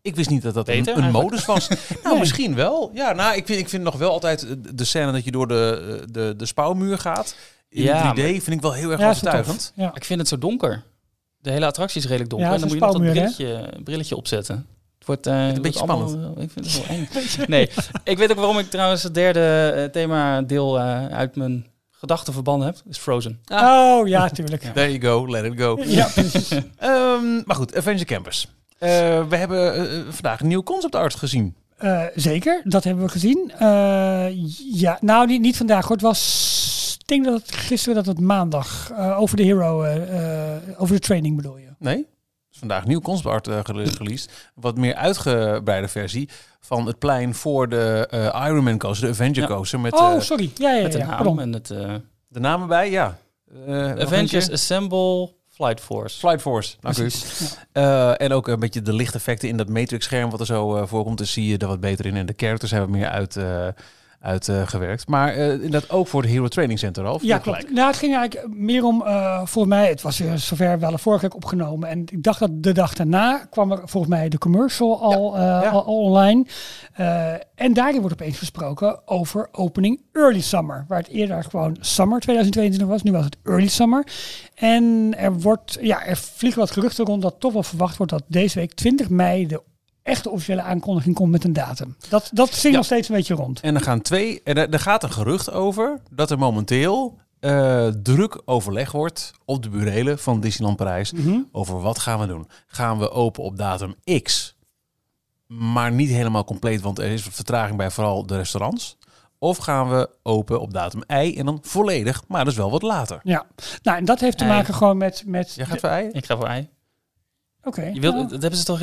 B: Ik wist niet dat dat
D: Beter,
B: een
D: eigenlijk.
B: modus was. Nou, misschien wel. Ja, nou, ik vind nog wel altijd de scène dat je door de spouwmuur gaat. In
D: Ja,
B: 3D vind ik wel heel erg
C: Ja, is wel
B: overtuigend.
C: tof. Ja.
D: Ik vind het zo donker. De hele attractie is redelijk donker.
C: Ja,
D: En dan
C: het
D: moet
C: is
D: je nog dat
C: spouwmuur,
D: brilletje opzetten. Het wordt
B: een beetje
D: ik vind het wel eng. Nee, ik weet ook waarom ik trouwens het derde themadeel uit mijn gedachten verbannen heb. Is Frozen.
C: Oh, ja, tuurlijk.
B: There you go, let it go.
C: Ja, precies.
B: Maar goed, Avenger Campus. We hebben vandaag een nieuw concept art gezien.
C: Zeker, dat hebben we gezien. Ja, nou niet vandaag hoor. Het was, ik denk dat het gisteren, dat het maandag, over de hero, over de training bedoel je.
B: Nee? Dus vandaag nieuw concept art released. Wat meer uitgebreide versie van het plein voor de Ironman coaster, de Avenger coaster. Met,
C: Sorry. Ja,
D: Met een naam
C: pardon.
D: en het
B: de namen bij, ja.
D: Avengers Assemble Flight Force.
B: Flight Force, dank u.
C: Precies. Ja.
B: En ook een beetje de lichteffecten in dat Matrix-scherm wat er zo voorkomt. Dus zie je er wat beter in. En de characters hebben meer uitgewerkt. Maar inderdaad ook voor de Hero Training Center, Ralf.
C: Ja, klopt. Nou, het ging eigenlijk meer om, volgens mij, het was weer zover wel vorige week opgenomen. En ik dacht dat de dag daarna kwam er volgens mij de commercial al online. En daarin wordt opeens gesproken over opening early summer. Waar het eerder gewoon summer 2022 was. Nu was het early summer. En er vliegen wat geruchten rond dat toch wel verwacht wordt dat deze week 20 mei de echte officiële aankondiging komt met een datum. Dat zingt nog steeds een beetje rond.
B: En er gaat een gerucht over dat er momenteel druk overleg wordt op de burelen van Disneyland Parijs over wat gaan we doen. Gaan we open op datum X, maar niet helemaal compleet, want er is wat vertraging bij vooral de restaurants. Of gaan we open op datum Y en dan volledig, maar dus wel wat later.
C: Ja, nou en dat heeft te maken gewoon met
B: Jij gaat voor Y?
D: Ik ga voor ei.
C: Oké.
D: Dat hebben ze toch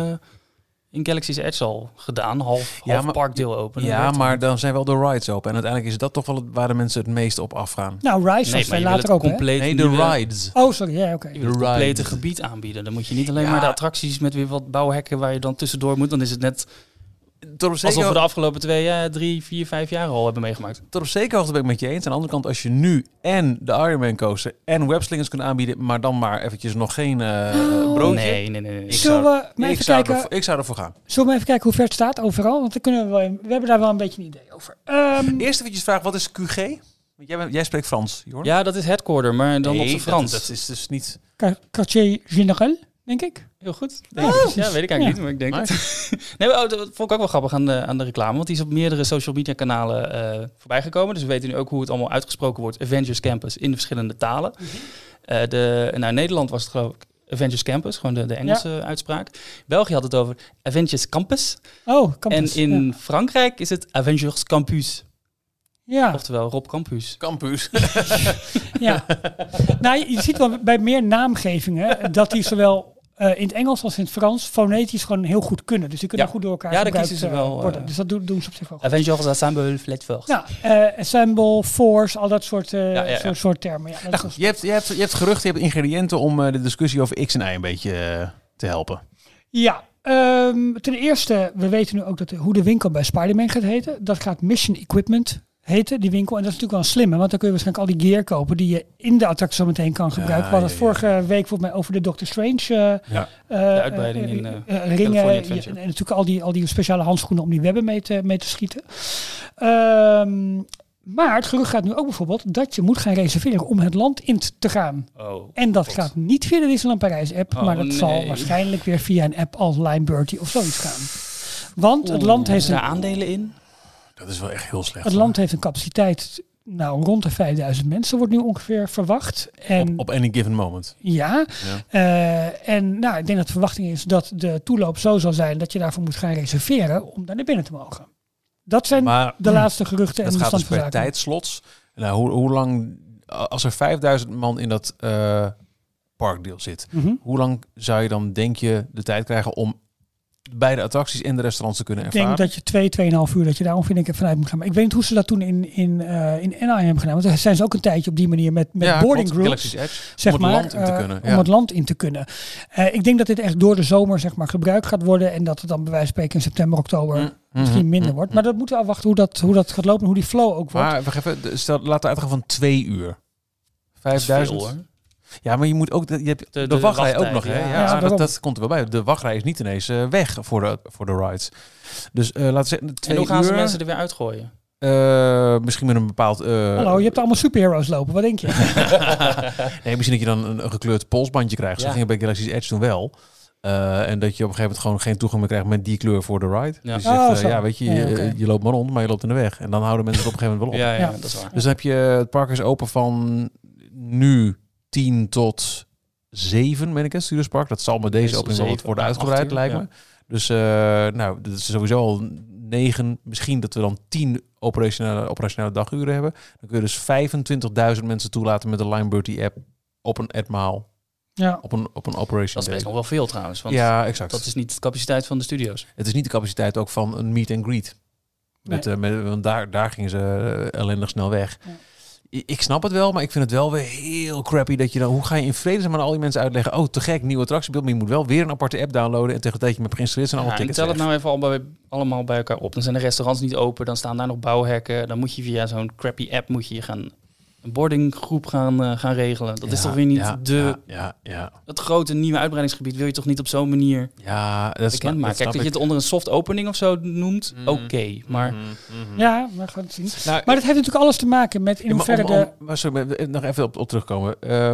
D: in Galaxy's Edge al gedaan. Half parkdeel open.
B: Ja, maar dan zijn wel de rides open. En uiteindelijk is dat toch wel waar de mensen het meest op afgaan.
C: Nou, Rise
D: Nee,
C: was
D: maar je wil
C: later
D: het
C: ook, hè?
D: compleet
B: Nee, de rides.
C: Oh, sorry. Ja, oké.
D: Je wil het
B: De
D: complete
B: rides.
D: gebied aanbieden. Dan moet je niet alleen
B: Ja.
D: maar de attracties met weer wat bouwhekken waar je dan tussendoor moet. Dan is het net
B: Tot
D: alsof we
B: op
D: de afgelopen 2, 3, 4, 5 jaar al hebben meegemaakt.
B: zekere hoogte ben ik met je eens. Aan de andere kant, als je nu en de Ironman coaster en webslingers kunt aanbieden, maar dan maar eventjes nog geen broodje.
D: Nee.
C: Zullen we maar even kijken?
B: Ik zou ervoor gaan.
C: Zullen we even kijken hoe ver het staat overal? Want dan kunnen we hebben daar wel een beetje een idee over.
B: Eerst eventjes vragen, wat is QG? Want jij spreekt Frans, Jorn.
D: Ja, dat is headquarter, maar dan op zijn Frans.
B: Dat is dus niet...
C: Quartier Général, denk ik.
D: Heel goed.
C: Ja,
D: Ja,
C: precies.
D: weet ik eigenlijk
C: Ja.
D: niet, maar ik denk het. Nee, maar, dat vond ik ook wel grappig aan de reclame. Want die is op meerdere social media kanalen voorbij gekomen. Dus we weten nu ook hoe het allemaal uitgesproken wordt. Avengers Campus in de verschillende talen. In Nederland was het geloof ik Avengers Campus. Gewoon de Engelse uitspraak. België had het over Avengers Campus.
C: Oh, campus.
D: En in Frankrijk is het Avengers Campus.
C: Ja.
D: Oftewel Rob Campus.
B: Campus.
C: Ja. Nou, je ziet wel bij meer naamgevingen dat die zowel in het Engels als in het Frans fonetisch gewoon heel goed kunnen. Dus die kunnen
D: Ja.
C: goed door elkaar
D: Ja, daar
C: gebruikt
D: kiezen ze wel,
C: worden. Dus dat doen ze op zich wel goed.
D: Avengers Assemble Flight Force.
C: Nou, Assemble, Force, al dat soort termen. Ja, dat
B: Nou
C: is
B: goed, je hebt geruchten, je hebt ingrediënten om de discussie over X en Y een beetje te helpen.
C: Ja, ten eerste, we weten nu ook hoe de winkel bij Spider-Man gaat heten. Dat gaat Mission Equipment heten, die winkel. En dat is natuurlijk wel een slimme, want dan kun je waarschijnlijk al die gear kopen die je in de attractie zo meteen kan gebruiken. We hadden het vorige week volgens mij over de Doctor Strange
D: de uitbreiding in
C: ringen.
D: California Adventure.
C: En natuurlijk al die speciale handschoenen om die webben mee te schieten. Maar het gerucht gaat nu ook bijvoorbeeld dat je moet gaan reserveren om het land in te gaan.
D: Oh,
C: En dat
D: God.
C: gaat niet via de Disneyland Parijs app,
D: Oh,
C: maar dat zal
D: nee.
C: waarschijnlijk weer via een app als Lineberty of zoiets gaan. Want het land heeft
D: Zijn er
C: een,
D: aandelen in?
B: Dat is wel echt heel slecht.
C: het land heeft een capaciteit, nou rond de 5000 mensen wordt nu ongeveer verwacht. En
B: Op any given moment.
C: ja,
B: Ja.
C: en nou, ik denk dat de verwachting is dat de toeloop zo zal zijn dat je daarvoor moet gaan reserveren om daar naar binnen te mogen. Dat zijn
B: Maar
C: de laatste geruchten en
B: dat
C: de
B: gaat dus
C: stand van
B: per
C: zaken.
B: tijdslots. Nou, hoe lang, als er 5000 man in dat parkdeel zit,
C: Mhm.
B: hoe lang zou je dan, denk je, de tijd krijgen om beide attracties en de restaurants te kunnen
C: Ik
B: ervaren?
C: denk dat je 2,5 uur dat je daar ongeveer denk ik vanuit moet gaan. Maar ik weet niet hoe ze dat toen in Anaheim hebben gedaan. Want daar zijn ze ook een tijdje op die manier met boarding
B: klopt,
C: groups.
B: Galaxy's Edge,
C: Zeg
B: om het
C: maar,
B: land in te kunnen.
C: om het land in te kunnen. Ik denk dat dit echt door de zomer zeg maar gebruikt gaat worden. En dat het dan bij wijze van spreken in september, oktober misschien minder wordt. Maar dat moeten we afwachten hoe dat gaat lopen en hoe die flow ook wordt.
B: Maar wacht even, laten we uitgaan van 2 uur. 5000.
D: Veel, hoor.
B: Ja, maar je moet ook... Je hebt de wachtrij ook nog, hè? Ja, dat komt er wel bij. De wachtrij is niet ineens weg voor de rides. Dus laten we zeggen, 2 uur...
D: En hoe gaan ze mensen er weer uitgooien?
B: Misschien met een bepaald...
C: Hallo, je hebt allemaal superheroes lopen. Wat denk je?
B: Nee, misschien dat je dan een gekleurd polsbandje krijgt. Zo ging het bij Galaxy's Edge toen wel. En dat je op een gegeven moment gewoon geen toegang meer krijgt met die kleur voor de ride. Ja. Dus je zegt, weet je, je loopt maar rond, maar je loopt in de weg. En dan houden mensen het op een gegeven moment wel op.
D: Ja, dat is waar.
B: Dus dan heb je, het park is open van nu 10 tot 7, ben ik het, Studios Park. Dat zal met deze opening wel worden uitgebreid, lijkt me. Dus dat is sowieso al 9, misschien dat we dan 10 operationele daguren hebben. Dan kun je dus 25.000 mensen toelaten met de Lineberty app op een etmaal. Ja. Op een operation.
D: Dat is best nog wel veel trouwens. Want
B: ja, exact.
D: Dat is niet de capaciteit van de studio's.
B: Het is niet de capaciteit ook van een meet and greet. Want daar gingen ze ellendig snel weg. Ja. Ik snap het wel, maar ik vind het wel weer heel crappy dat je dan... Hoe ga je in vredesnaam aan al die mensen uitleggen... Oh, te gek, nieuwe attractiebeeld, maar je moet wel weer een aparte app downloaden... en tegen het tijd je met geïnstalleerd zijn alle tickets
D: tel het nou even allemaal bij elkaar op. Dan zijn de restaurants niet open, dan staan daar nog bouwhekken. Dan moet je via zo'n crappy app een boardinggroep gaan regelen. Dat is toch weer niet het grote nieuwe uitbreidingsgebied. Wil je toch niet op zo'n manier bekend maken? Kijk, dat je het onder een soft opening of zo noemt, oké. Maar
C: ja, we gaan het zien. Nou, maar dat heeft natuurlijk alles te maken met in hoeverre
B: nog even op terugkomen.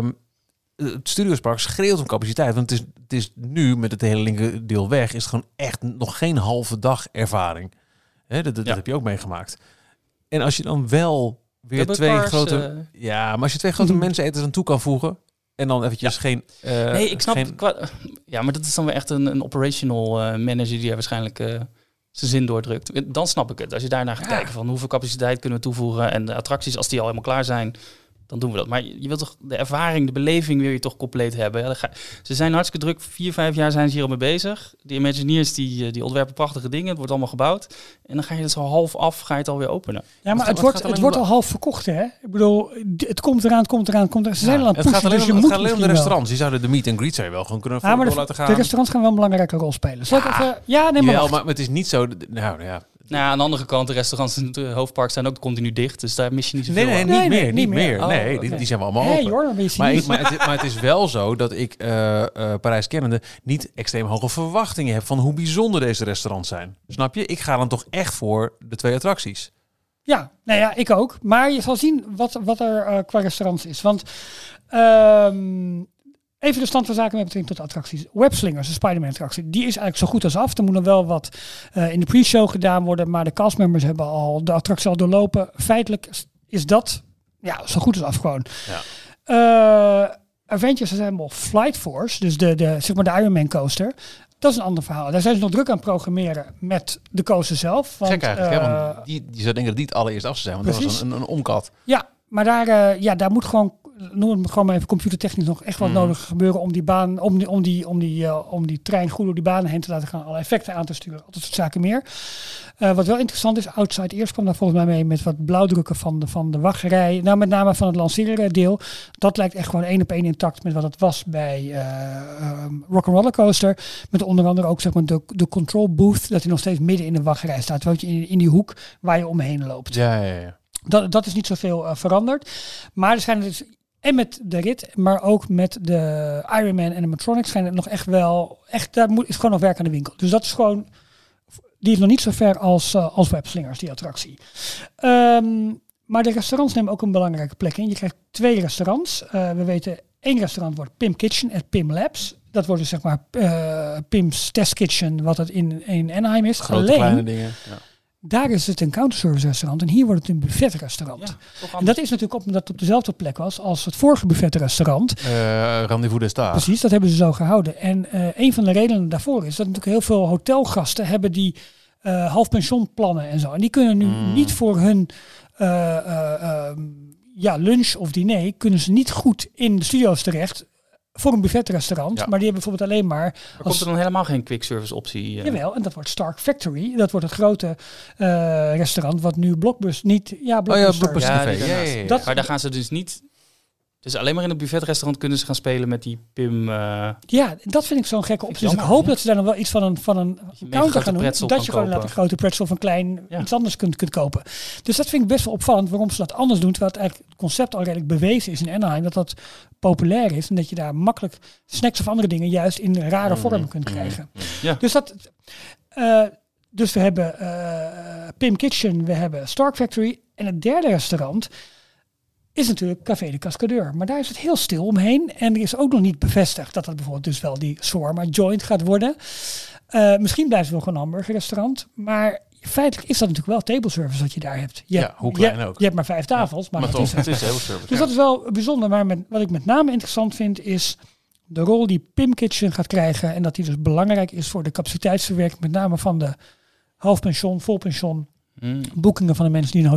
B: Het Studiospark schreeuwt om capaciteit. Want het is nu, met het hele linkerdeel weg... is het gewoon echt nog geen halve dag ervaring. Hè, dat heb je ook meegemaakt. En als je dan wel... weer twee grote... maar als je 2 grote menseneters aan toe kan voegen... en dan eventjes geen...
D: nee, ik snap... maar dat is dan weer echt een operational manager... die er waarschijnlijk zijn zin doordrukt. Dan snap ik het. Als je daarnaar gaat kijken van hoeveel capaciteit kunnen we toevoegen... en de attracties, als die al helemaal klaar zijn... dan doen we dat. Maar je wilt toch de ervaring, de beleving wil je toch compleet hebben. Ja, ze zijn hartstikke druk. 4-5 jaar zijn ze hier al mee bezig. De Imagineers die ontwerpen prachtige dingen. Het wordt allemaal gebouwd. En dan ga je het zo half af, ga je het alweer openen.
C: Ja, maar het wordt al half verkocht, hè? Ik bedoel, het komt eraan. Ze zijn al aan het pushen,
B: het gaat alleen om de restaurants. Die zouden de meet and greet zou je wel gewoon kunnen laten gaan.
C: De restaurants gaan wel een belangrijke rol spelen.
B: Maar het is niet zo...
D: Nou, aan de andere kant, de restaurants in het hoofdpark zijn ook continu dicht. Dus daar mis je niet zoveel
B: niet meer. Nee, die zijn wel allemaal open. Maar het is wel zo dat ik Parijs kennende niet extreem hoge verwachtingen heb van hoe bijzonder deze restaurants zijn. Snap je? Ik ga dan toch echt voor de 2 attracties.
C: Ja, nou ja, ik ook. Maar je zal zien wat er qua restaurants is. Want... even de stand van zaken met betrekking tot de attracties. Webslingers, de Spider-Man-attractie, die is eigenlijk zo goed als af. Er moet nog wel wat in de pre-show gedaan worden, maar de castmembers hebben al de attractie al doorlopen. Feitelijk is dat zo goed als af gewoon. Ja. Avengers is helemaal Flight Force, dus de Iron Man coaster. Dat is een ander verhaal. Daar zijn ze nog druk aan het programmeren met de coaster zelf. Want,
B: gek eigenlijk, want die zou denken dat die het allereerst af zou zijn, want precies. Dat was een omkat.
C: Ja, maar daar moet gewoon... noem het gewoon maar even computertechnisch nog echt wat nodig gebeuren om die baan, om die trein goed door die banen heen te laten gaan, alle effecten aan te sturen, al dat soort zaken meer. Wat wel interessant is, Outside Ears kwam daar volgens mij mee met wat blauwdrukken van de wachtrij, nou met name van het lanceren deel. Dat lijkt echt gewoon 1 op 1 intact met wat het was bij Rock'n'Roller Coaster, met onder andere ook zeg maar de control booth, dat hij nog steeds midden in de wachtrij staat, weet je, in die hoek waar je omheen loopt.
B: Ja.
C: Dat is niet zoveel veranderd. Maar er zijn dus, en met de rit, maar ook met de Iron Man en de Matronics schijnt het nog echt wel, daar is gewoon nog werk aan de winkel. Dus dat is gewoon, die is nog niet zo ver als Webslingers, die attractie. Maar de restaurants nemen ook een belangrijke plek in. Je krijgt 2 restaurants. We weten, 1 restaurant wordt Pim Kitchen en Pim Labs. Dat wordt dus zeg maar Pim's Test Kitchen, wat het in Anaheim is.
B: Grote, kleine dingen, ja.
C: Daar is het een counterservice restaurant en hier wordt het een buffetrestaurant. Ja, en dat is natuurlijk omdat het op dezelfde plek was als het vorige buffetrestaurant.
B: Rendezvous des Stars.
C: Precies, dat hebben ze zo gehouden. En een van de redenen daarvoor is dat natuurlijk heel veel hotelgasten hebben die halfpensionplannen en zo. En die kunnen nu niet voor hun lunch of diner, kunnen ze niet goed in de studio's terecht voor een buffetrestaurant, maar die hebben bijvoorbeeld alleen maar...
D: Komt er dan helemaal geen quick service optie?
C: Jawel, en dat wordt Stark Factory. Dat wordt het grote restaurant wat nu Blockbuster niet... Ja, Blockbuster.
B: Ja,
D: maar daar gaan ze dus niet Dus alleen maar in een buffetrestaurant kunnen ze gaan spelen met die Pim...
C: Ja, dat vind ik zo'n gekke optie. Dus ik
D: jammer,
C: hoop dat ze daar nog wel iets van een counter gaan doen. Dat je gewoon
D: kopen.
C: inderdaad een grote pretzel of een klein iets anders kunt kopen. Dus dat vind ik best wel opvallend waarom ze dat anders doen. Terwijl het eigenlijk het concept al redelijk bewezen is in Anaheim. Dat populair is. En dat je daar makkelijk snacks of andere dingen juist in rare vormen kunt krijgen.
D: Ja.
C: Dus we hebben Pim Kitchen, we hebben Stark Factory. En het derde restaurant is natuurlijk Café de Cascadeur. Maar daar is het heel stil omheen. En er is ook nog niet bevestigd dat bijvoorbeeld dus wel die shawarma joint gaat worden. Misschien blijft het wel gewoon een hamburgerrestaurant. Maar feitelijk is dat natuurlijk wel table service wat je daar hebt.
B: Hoe klein ook.
C: Je hebt maar 5 tafels. Maar
B: toch, het is table service.
C: Dus dat is wel bijzonder. Maar wat ik met name interessant vind is de rol die Pim Kitchen gaat krijgen. En dat die dus belangrijk is voor de capaciteitsverwerking. Met name van de halfpension, volpension. Boekingen van de mensen die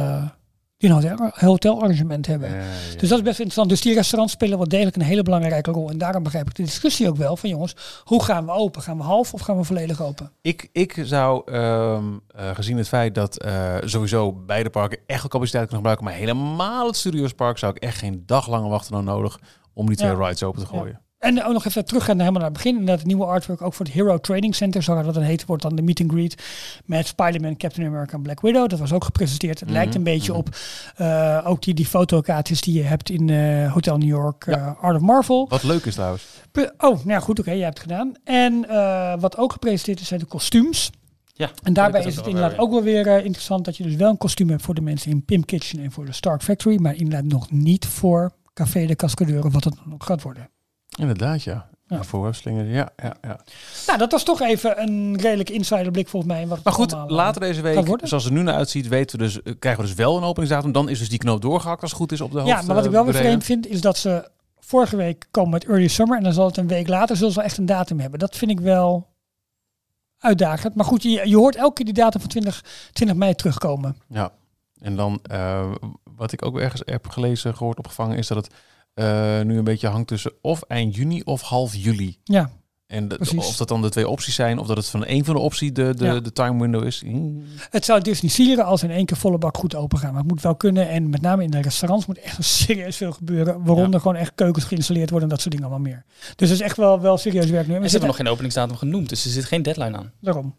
C: een hotelarrangement hebben. Dus dat is best interessant. Dus die restaurants spelen wel degelijk een hele belangrijke rol. En daarom begrijp ik de discussie ook wel van jongens, hoe gaan we open? Gaan we half of gaan we volledig open?
B: Ik zou, gezien het feit dat sowieso beide parken echt wel capaciteit kunnen gebruiken, maar helemaal het Studiospark zou ik echt geen dag langer wachten dan nodig om die 2 rides open te gooien.
C: Ja. En ook nog even teruggaan helemaal naar het begin. En dat het nieuwe artwork ook voor het Hero Training Center, zoals dat dan heet, wordt dan de meet and greet met Spider-Man, Captain America en Black Widow. Dat was ook gepresenteerd. Het lijkt een beetje op ook die fotolocaties die je hebt in Hotel New York, Art of Marvel.
B: Wat leuk is trouwens.
C: Goed, oké, jij hebt het gedaan. En wat ook gepresenteerd is, zijn de kostuums.
D: Ja,
C: en daarbij is het inderdaad ook wel weer interessant dat je dus wel een kostuum hebt voor de mensen in Pim Kitchen en voor de Stark Factory, maar inderdaad nog niet voor Café de Cascadeur, wat het dan ook gaat worden.
B: Inderdaad, ja. Voor webslingers, ja.
C: Nou, dat was toch even een redelijke insiderblik volgens mij.
B: Maar goed, later deze week, zoals het nu naar uitziet, krijgen we dus wel een openingsdatum. Dan is dus die knoop doorgehakt als het goed is op de hoofd.
C: Ja, maar wat ik wel weer vreemd vind, is dat ze vorige week komen met Early Summer. En dan zal het een week later zullen ze wel echt een datum hebben. Dat vind ik wel uitdagend. Maar goed, je hoort elke keer die datum van 20 mei terugkomen.
B: Ja, en dan wat ik ook ergens heb gelezen, gehoord, opgevangen, is dat het nu een beetje hangt tussen of eind juni of half juli.
C: Ja,
B: en of dat dan de 2 opties zijn, of dat het van één van de opties de time window is.
C: Het zou Disney sieren als in één keer volle bak goed open gaan. Maar het moet wel kunnen. En met name in de restaurants moet echt serieus veel gebeuren. Waaronder gewoon echt keukens geïnstalleerd worden en dat soort dingen allemaal meer. Dus dat is echt wel serieus werk nu.
D: En ze hebben nog geen openingsdatum genoemd, dus er zit geen deadline aan.
C: Daarom.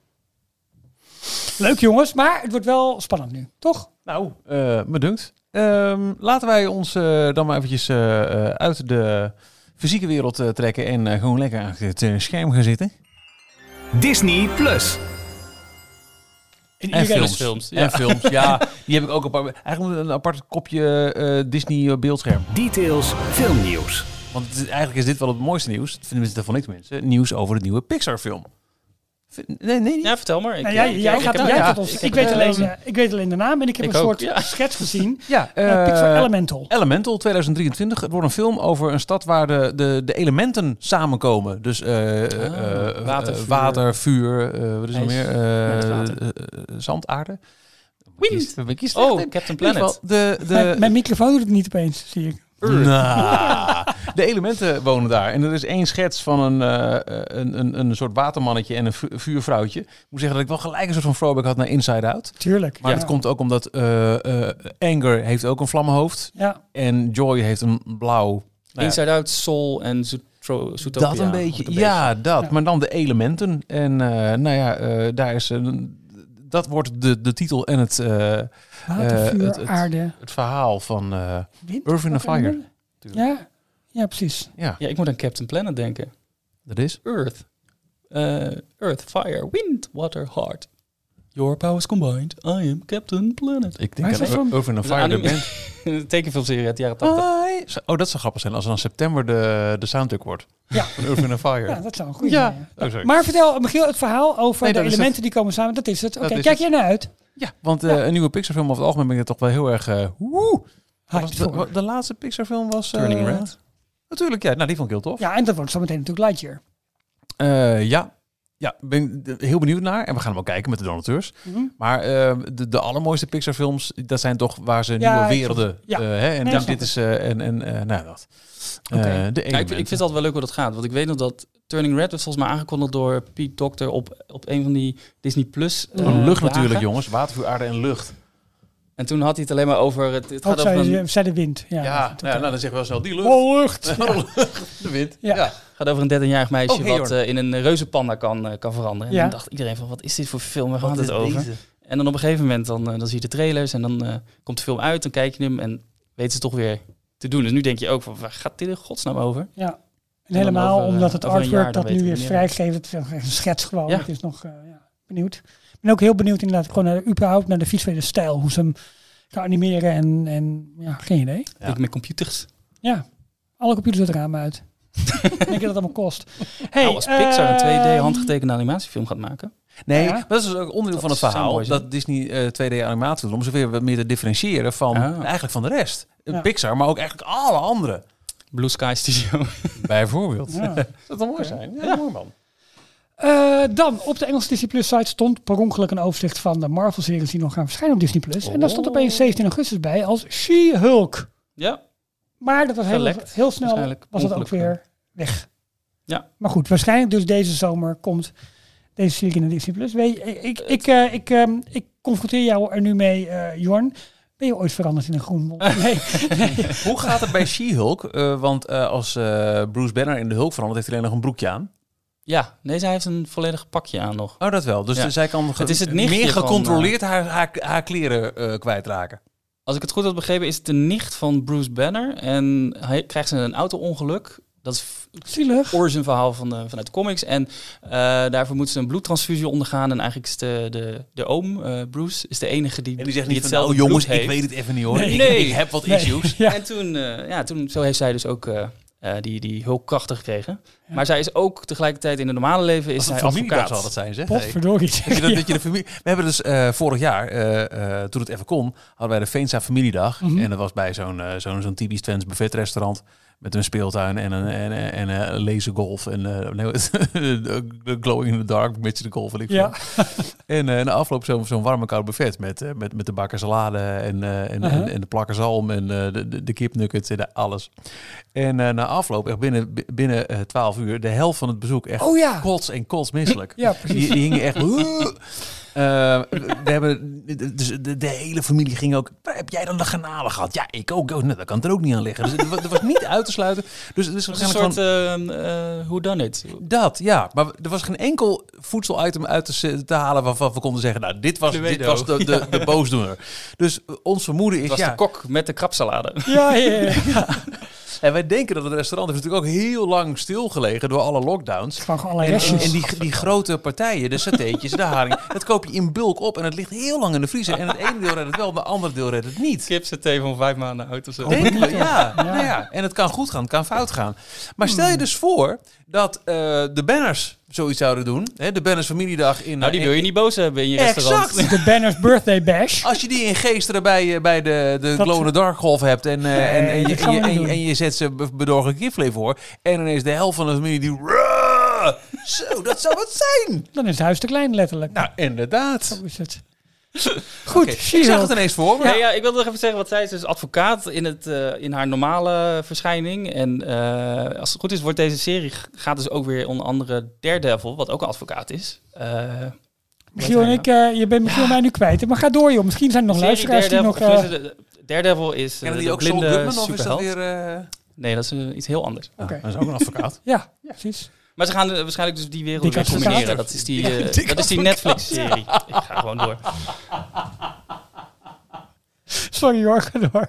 C: Leuk jongens, maar het wordt wel spannend nu, toch?
B: Nou, me dunkt. Laten wij ons dan maar eventjes uit de fysieke wereld trekken en gewoon lekker aan het scherm gaan zitten.
A: Disney Plus.
B: En films.
D: Ja.
B: En films, ja. Die heb ik ook eigenlijk een apart kopje Disney beeldscherm.
A: Details filmnieuws.
B: Want eigenlijk is dit wel het mooiste nieuws. Dat vinden we van ik tenminste. Nieuws over de nieuwe Pixar film. Nee.
D: Ja, vertel maar.
C: Ik weet alleen de naam en ik heb een soort schets gezien.
B: Ja,
C: Pixar Elemental.
B: Elemental 2023. Het wordt een film over een stad waar de elementen samenkomen. Dus water, vuur, wat is er meer? Zand, aarde.
D: Wind. Captain Planet.
C: Mijn microfoon doet het niet opeens, zie ik.
B: Nou, de elementen wonen daar. En er is 1 schets van een soort watermannetje en een vuurvrouwtje. Ik moet zeggen dat ik wel gelijk een soort van throwback had naar Inside Out.
C: Tuurlijk.
B: Maar het komt ook omdat Anger heeft ook een vlammenhoofd.
C: Ja.
B: En Joy heeft een blauw.
D: Inside Out, Soul en Zootopia.
B: Dat een beetje. Ja, dat. Ja. Maar dan de elementen. En daar is... dat wordt de titel en het...
C: Water, vuur, aarde.
B: Het verhaal van Earth in a Fire.
C: Ja, precies.
D: Ja, ik moet aan Captain Planet denken.
B: Dat is?
D: Earth. Earth, Fire, Wind, Water, Heart. Your powers combined. I am Captain Planet.
B: Ik denk aan Earth in a Fire, de band.
D: Een tekenfilmserie uit de jaren 80.
B: Oh, dat zou grappig zijn als er dan september de soundtrack wordt.
C: Ja.
B: Van Earth in a Fire.
C: Ja, dat zou een goede zijn.
B: Ja.
C: Maar vertel, Michiel, het verhaal over de elementen die komen samen. Dat is het. Oké, kijk je naar uit?
B: Ja, want een nieuwe Pixar film over het algemeen ben ik toch wel heel erg... de laatste Pixar film was...
D: Turning Red.
B: Natuurlijk, ja. Nou, die vond ik heel tof.
C: Ja, en dat wordt zo meteen natuurlijk Lightyear.
B: Ja, ben ik heel benieuwd naar. En we gaan hem ook kijken met de donateurs. Maar de allermooiste Pixar films, dat zijn toch waar ze nieuwe werelden... dit is... dat.
D: Okay. Ik vind het altijd wel leuk hoe dat gaat. Want ik weet nog dat Turning Red was volgens mij aangekondigd door Pete Docter op een van die Disney Plus
B: lucht dagen. Natuurlijk, jongens. Water, vuur, aarde en lucht.
D: En toen had hij het alleen maar over... Het gaat over
C: zij de wind.
B: Nou, dan zeggen we wel snel die lucht.
C: Oh, lucht.
B: De wind.
C: Ja.
B: Ja.
D: Het gaat over een 13-jarig meisje
B: Hey,
D: wat in een reuzenpanda kan veranderen. En
C: Ja.
D: dan dacht iedereen van, wat is dit voor film? Waar gaat
B: Wat
D: het
B: is
D: over?
B: deze?
D: En dan op een gegeven moment, dan zie je de trailers en dan komt de film uit. Dan kijk je hem en weten ze toch weer te doen. Dus nu denk je ook van, waar gaat dit in godsnaam over?
C: Ja. En helemaal
D: over,
C: omdat het
D: over een jaar,
C: artwork
D: dan
C: dat
D: weten
C: nu
D: we
C: is
D: meer.
C: vrijgegeven, het is echt een schets gewoon.
D: Ja.
C: Het is nog benieuwd. Ik ben ook heel benieuwd inderdaad gewoon überhaupt naar de visuele stijl. Hoe ze hem gaan animeren en geen idee.
B: Ja.
D: Ik met computers.
C: Ja, alle computers uit het raam uit. Denk je dat het allemaal kost? Hey,
D: als Pixar een 2D handgetekende animatiefilm gaat maken.
B: Nee,
C: Ja.
B: maar dat is dus ook onderdeel van het
D: zou
B: verhaal.
D: mooi zijn.
B: Dat Disney 2D animatie doet. Om ze weer wat meer te differentiëren van eigenlijk van de rest.
C: Ja.
B: Pixar, maar ook eigenlijk alle anderen.
D: Blue Sky Studio.
B: Bijvoorbeeld.
C: Ja.
B: Dat zal mooi zijn. Ja, mooi man.
C: Dan op de Engelse Disney Plus site stond per ongeluk een overzicht van de Marvel-series die nog gaan verschijnen op Disney Plus. En daar stond opeens 17 augustus bij als She-Hulk.
D: Ja.
C: Maar dat was
D: Gelekt,
C: heel snel
D: waarschijnlijk
C: was het ook
D: ongeluk.
C: weer weg.
D: Ja.
C: Maar goed, waarschijnlijk dus deze zomer komt deze serie naar Disney Plus. Weet je, ik confronteer jou er nu mee, Jorn. Ben je ooit veranderd in een groen mond? Nee.
B: Hoe gaat het bij She-Hulk? Want als Bruce Banner in de Hulk verandert, heeft hij alleen nog een broekje aan.
D: Ja, nee, zij heeft een volledig pakje aan nog.
B: Oh, dat wel. Dus
D: Ja.
B: zij kan
D: Het is het nichtje
B: meer
D: van,
B: gecontroleerd haar kleren kwijtraken.
D: Als ik het goed had begrepen, is het de nicht van Bruce Banner. En hij krijgt ze een auto-ongeluk. Dat is
C: Zielig.
D: origin verhaal vanuit de comics. En daarvoor moet ze een bloedtransfusie ondergaan. En eigenlijk is de oom, Bruce, is de enige die
B: En die zegt niet van,
D: hetzelfde
B: nou jongens,
D: bloed
B: ik
D: heeft.
B: weet het even niet hoor.
D: Nee.
B: Ik heb wat
C: Nee.
B: issues.
C: Ja.
D: En toen, zo heeft zij dus ook die hulpkrachten gekregen. Maar zij is ook tegelijkertijd in het normale leven is
B: Als
D: zij
B: een familiedag
D: advocaat.
B: zal dat zijn, zeg. Hey.
C: Potverdorie.
B: Dat je de familie... We hebben dus vorig jaar, toen het even kon, hadden wij de Veensa familiedag. En dat was bij zo'n typisch Twents buffetrestaurant met een speeltuin en een lasergolf en glowing in the dark met je de golf.
C: Ja.
B: En na afloop zo'n warme koude buffet met de bakker salade en de plakken zalm en de kipnuggets en alles. En na afloop, echt binnen 12 uur, de helft van het bezoek echt
C: Oh ja.
B: kotsmisselijk.
C: Ja, precies.
B: Die hingen echt... we hebben dus de hele familie ging ook. Waar heb jij dan de garnalen gehad? Ja, ik ook. Nou, dat kan het er ook niet aan liggen. Dus het was niet uit te sluiten. Dus het is
D: Het is een
B: waarschijnlijk
D: soort who done it.
B: dat, ja. Maar er was geen enkel voedselitem uit te halen waarvan we konden zeggen, nou, dit was de boosdoener. Dus ons vermoeden is,
D: Het was de kok met de krabsalade.
C: Ja.
B: en wij denken dat het restaurant heeft natuurlijk ook heel lang stilgelegen door alle lockdowns.
C: Van allerlei restjes.
B: En die grote partijen, de satéetjes, de haring, dat koop je in bulk op en het ligt heel lang in de vriezer. En het ene deel redt het wel, de andere deel redt het niet.
D: Kipsaté van 5 maanden oud of zo.
B: Denken we, ja. Nou ja. En het kan goed gaan, het kan fout gaan. Maar stel je dus voor dat de Banners zoiets zouden doen. Hè, de Banners familiedag in...
D: Nou, die wil je niet boos hebben in je restaurant.
B: Exact.
C: De Banner's Birthday Bash.
B: Als je die in Geesteren bij de Glow in the Dark golf hebt en
C: dat gaan we niet doen.
B: en je zet ze bedorgen kipfilet voor en ineens de helft van de familie die... Zo, dat zou wat zijn.
C: Dan is het huis te klein, letterlijk.
B: Nou, inderdaad.
C: Zo is het. Goed,
B: Ik zag het ineens voor me.
D: Ja, ik wilde nog even zeggen, wat zij is dus advocaat in haar normale verschijning. En als het goed is, wordt deze serie gaat dus ook weer onder andere Daredevil, wat ook een advocaat is.
C: Michiel en ik, je bent Michiel mij nu kwijt. Maar ga door, joh. Misschien zijn er nog luisteraars die nog...
D: Daredevil is
B: En die
D: de
B: ook Saul
D: blinde
B: Goodman, of is dat
D: superheld.
B: weer...
D: Nee, dat is iets heel anders.
C: Oké.
B: Dat is ook een advocaat.
C: Ja, precies.
D: Maar ze gaan waarschijnlijk dus die wereld
C: Dick
D: weer
C: advocaat.
D: combineren. Dat is die Netflix-serie. Ik ga gewoon door.
C: Sorry hoor, ga door.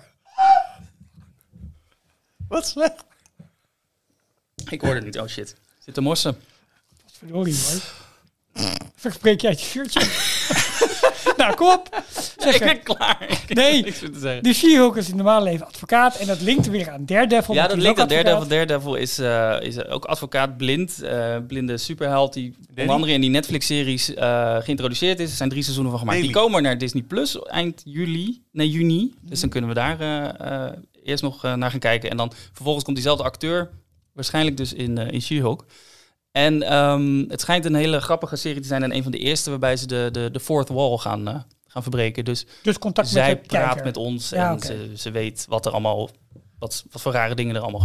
B: Wat slecht.
D: Ik hoorde het niet. Oh shit. Zit te morsen.
C: Verdorie hoor. Verspreek jij het shirtje? Nou, kom op. Zeg
D: Ik
C: er.
D: ben klaar. Ik heb
C: Nee.
D: niks meer te zeggen.
C: De She-Hulk is in het normale leven advocaat. En dat linkt weer aan Daredevil.
D: Ja,
C: want
D: dat
C: die is
D: linkt aan
C: ook advocaat.
D: Daredevil. Daredevil is ook advocaat, blinde superheld die onder andere in die Netflix-series geïntroduceerd is. Er zijn 3 seizoenen van gemaakt.
B: Daily.
D: Die komen naar Disney Plus eind juni. Dus dan kunnen we daar eerst nog naar gaan kijken. En dan vervolgens komt diezelfde acteur waarschijnlijk dus in She-Hulk. En het schijnt een hele grappige serie te zijn en een van de eerste waarbij ze de fourth wall gaan verbreken. Dus
C: contact
D: zij
C: met de
D: praat
C: kijker.
D: met ons
C: Ja,
D: en
C: oké.
D: ze weet wat er allemaal, wat voor rare dingen er allemaal gebeuren.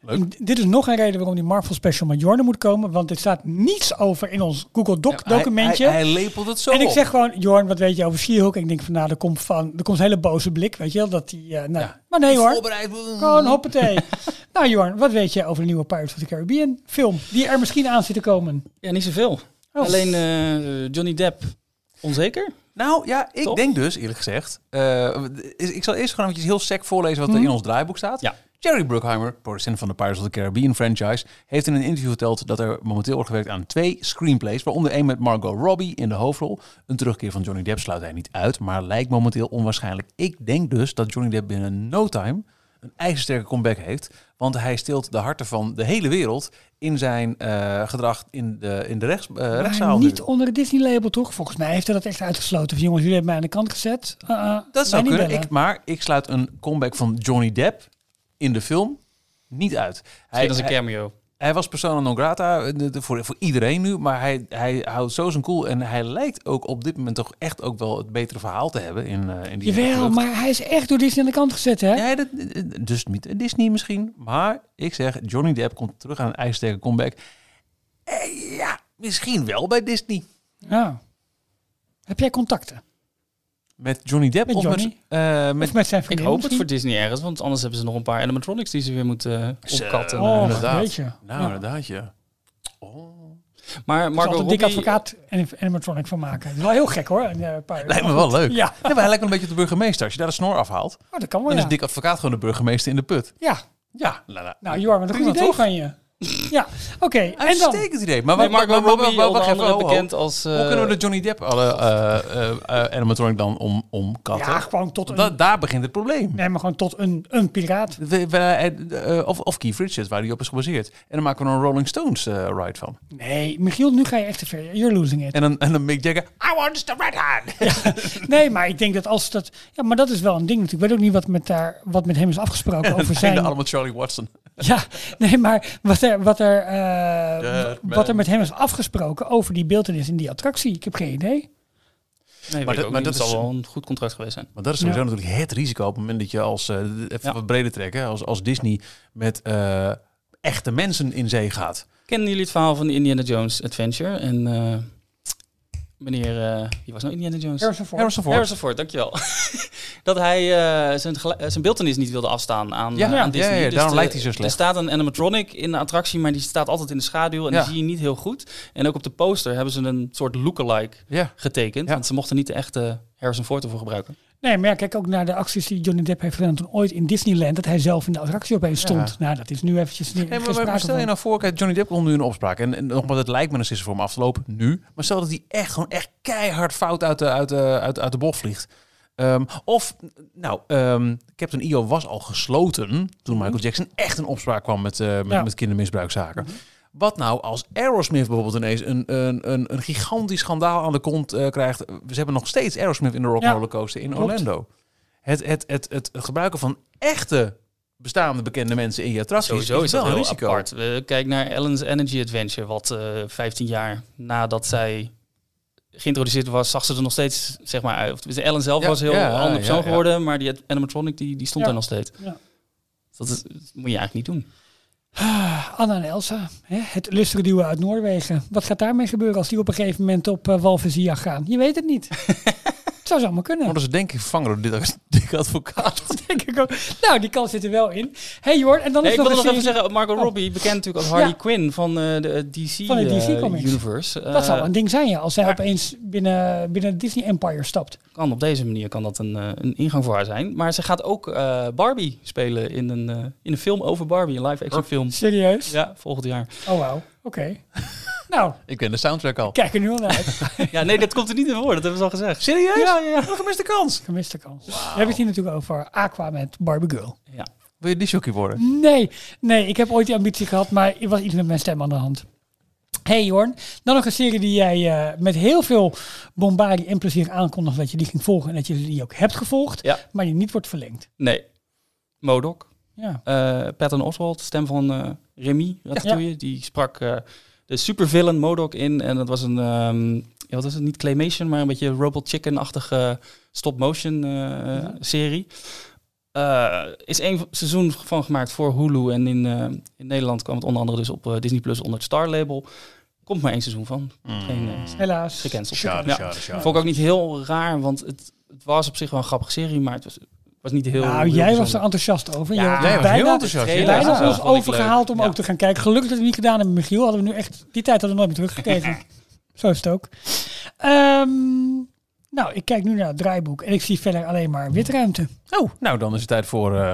B: Leuk.
C: Dit is nog een reden waarom die Marvel Special met Jorn moet komen. Want er staat niets over in ons Google Doc documentje.
B: Hij lepelt het zo
C: En ik
B: op.
C: zeg gewoon, Jorn, wat weet je over She-Hulk? En ik denk van, nou, er komt een hele boze blik, weet je wel. Dat die, Maar nee hoor,
B: Voorbereid.
C: gewoon hoppatee. Nou Jorn, wat weet je over de nieuwe Pirates of the Caribbean film? Die er misschien aan zit te komen.
D: Ja, niet zoveel.
C: Oh.
D: Alleen Johnny Depp onzeker.
B: Nou ja, ik
D: Toch?
B: denk dus, eerlijk gezegd... ik zal eerst gewoon eventjes heel sec voorlezen wat er in ons draaiboek staat.
D: Ja.
B: Jerry Bruckheimer, producent van de Pirates of the Caribbean franchise, heeft in een interview verteld dat er momenteel wordt gewerkt aan 2 screenplays, waaronder 1 met Margot Robbie in de hoofdrol. Een terugkeer van Johnny Depp sluit hij niet uit, maar lijkt momenteel onwaarschijnlijk. Ik denk dus dat Johnny Depp binnen no time een ijzersterke comeback heeft, want hij steelt de harten van de hele wereld in zijn gedrag in de rechtszaal.
C: Maar niet onder het Disney-label, toch? Volgens mij heeft hij dat echt uitgesloten. Van, jongens, jullie hebben mij aan de kant gezet.
B: Dat zou
C: mij niet
B: kunnen,
C: bellen.
B: maar ik sluit een comeback van Johnny Depp in de film niet uit.
D: Misschien als een cameo.
B: Hij was persona non grata voor iedereen nu, maar hij houdt zo zijn cool en hij lijkt ook op dit moment toch echt ook wel het betere verhaal te hebben in die
C: Jawel,
B: vlucht.
C: maar hij is echt door Disney aan de kant gezet, hè?
B: Ja, dus niet Disney misschien, maar ik zeg Johnny Depp komt terug aan een ijzersterke comeback. Ja, misschien wel bij Disney.
C: Ja. Heb jij contacten?
B: Met Johnny Depp
C: Met
B: of
C: Johnny?
B: met
C: Met zijn
D: Ik
C: vriendin
D: hoop het
C: misschien?
D: voor Disney ergens, want anders hebben ze nog een paar animatronics die ze weer moeten opkatten.
C: Oh,
B: inderdaad.
C: weet je.
B: Nou,
C: Ja.
B: inderdaad, ja.
D: Maar
C: Ik zal
D: Margot
C: er een dik
D: Robbie...
C: advocaat en animatronic van maken. Dat is wel heel gek hoor. Een paar
B: Lijkt me wel leuk.
C: Ja.
B: Ja, maar hij lijkt wel een beetje op de burgemeester. Als je daar de snor afhaalt,
C: Oh, dat kan wel,
B: dan is
C: ja.
B: Dick Advocaat gewoon de burgemeester in de put.
C: Ja.
B: Ja,
C: Nou, Jorn, wat een goed
B: Prima,
C: idee
B: toch?
C: van je. Ja, oké. En dan?
B: Uitstekend idee. Maar
D: Nee, Margot Robbie,
B: wacht
D: onder
B: even,
D: andere
B: ho, ho.
D: bekend als...
B: Hoe kunnen we de Johnny Depp animatronic dan omkatten?
C: Ja, gewoon tot een...
B: Daar begint het probleem.
C: Nee, maar gewoon tot een piraat.
B: Of Keith Richards, waar die op is gebaseerd. En dan maken we er een Rolling Stones ride van.
C: Nee, Michiel, nu ga je echt te ver. You're losing it.
B: En dan Mick Jagger, I want the red hand.
C: Nee, maar ik denk dat als dat... Ja, maar dat is wel een ding natuurlijk. Ik weet ook niet wat met hem is afgesproken over zijn...
B: allemaal Charlie Watson.
C: Ja, nee, maar wat er met hem is afgesproken over die beeltenis in die attractie. Ik heb geen idee.
D: Nee,
B: Maar
D: maar
B: dat
D: dat
B: is-
D: zal wel een goed contract geweest zijn.
B: Maar dat is sowieso natuurlijk het risico op het moment dat je als, even wat breder trekken, als Disney met echte mensen in zee gaat.
D: Kennen jullie het verhaal van de Indiana Jones Adventure? En meneer... wie was nou Indiana Jones?
B: Harrison Ford.
D: Harrison Ford, dankjewel. Dat hij zijn beeltenis niet wilde afstaan aan Disney.
B: Ja,
D: Dus
B: daarom lijkt hij zo
D: Er
B: slecht.
D: staat een animatronic in de attractie, maar die staat altijd in de schaduw en
B: Ja.
D: die zie je niet heel goed. En ook op de poster hebben ze een soort lookalike
B: Ja.
D: getekend,
B: Ja.
D: want ze mochten niet de echte Harrison Ford ervoor gebruiken.
C: Nee, maar ja, kijk ook naar de acties die Johnny Depp heeft gedaan toen ooit in Disneyland. Dat hij zelf in de attractie opeens stond.
B: Ja.
C: Nou, dat is nu eventjes niet
B: Nee, maar stel je nou voor, kijk, Johnny Depp komt nu in de opspraak. En nogmaals, het lijkt me een sisser voor hem af te lopen nu. Maar stel dat hij echt keihard fout uit de bocht vliegt. Captain EO was al gesloten toen Michael Jackson echt in opspraak kwam met kindermisbruikzaken. Wat nou als Aerosmith bijvoorbeeld ineens een gigantisch schandaal aan de kont krijgt? Ze hebben nog steeds Aerosmith in de Rock'n'Roller Coaster in Orlando. Het gebruiken van echte bestaande bekende mensen in je attracties
D: Sowieso is
B: wel
D: dat
B: een
D: heel
B: risico.
D: apart. Kijk naar Ellen's Energy Adventure, wat 15 jaar nadat zij geïntroduceerd was, zag ze er nog steeds, zeg maar, uit. Dus Ellen zelf was heel andere persoon geworden, maar die animatronic die stond er nog steeds.
C: Ja.
D: Dat moet je eigenlijk niet doen.
C: Anna en Elsa, hè? Het lustige duo uit Noorwegen. Wat gaat daarmee gebeuren als die op een gegeven moment op walvisjacht gaan? Je weet het niet. Het zou zomaar kunnen.
B: Worden ze denk ik vervangen door dit advocaat.
C: Dat denk ik ook. Nou, die kans zit er wel in. Hey Jorn, en dan is
D: Ik
C: nog
D: wil
C: een
D: nog even
C: serie-
D: zeggen, Margot Robbie, bekend natuurlijk als Harley Quinn van de DC,
C: Van de DC comics.
D: Universe.
C: Dat zou een ding zijn, ja. Als zij opeens binnen het Disney Empire stapt.
D: Op deze manier kan dat een ingang voor haar zijn. Maar ze gaat ook Barbie spelen in een film over Barbie, een live-action film.
C: Serieus?
D: Ja, volgend jaar.
C: Oh, wauw. Oké. Nou,
B: Ik ken de soundtrack al.
C: kijk er nu al naar uit.
D: Ja, nee, dat komt er niet in voor. Dat hebben ze al gezegd.
B: Serieus?
C: Ja.
B: Wat een gemiste kans.
C: Gemiste kans. We hebben het hier natuurlijk over Aqua met Barbie Girl.
D: Ja.
B: Wil je die jockey worden?
C: Nee, ik heb ooit die ambitie gehad, maar er was iets met mijn stem aan de hand. Hey Jorn, dan nog een serie die jij met heel veel bombardie en plezier aankondigt dat je die ging volgen en dat je die ook hebt gevolgd,
D: Ja.
C: maar die niet wordt verlengd.
D: Nee. MODOK.
C: Ja.
D: Patton Oswalt, stem van Remy Ratatouille, die sprak de supervillain MODOK in. En dat was wat is het? Niet claymation, maar een beetje Robot Chicken-achtige stop-motion serie. Is 1 seizoen van gemaakt voor Hulu. En in Nederland kwam het onder andere dus op Disney Plus onder het Star label. Komt maar 1 seizoen van. Geen
C: Helaas.
D: gecanceld.
B: Schade.
D: Vond ik ook niet heel raar, want het was op zich wel een grappige serie, maar het was niet heel...
C: Nou, jij was er enthousiast over.
B: Ja,
C: Je
B: jij was heel enthousiast.
C: Bijna ons
D: vond ik
C: overgehaald
D: leuk.
C: om ook te gaan kijken. Gelukkig dat we het niet gedaan hebben, Michiel. Hadden we nu echt... Die tijd hadden we nooit meer teruggekeken. Zo is het ook. Nou, ik kijk nu naar het draaiboek en ik zie verder alleen maar witruimte.
B: Oh, nou dan is het tijd voor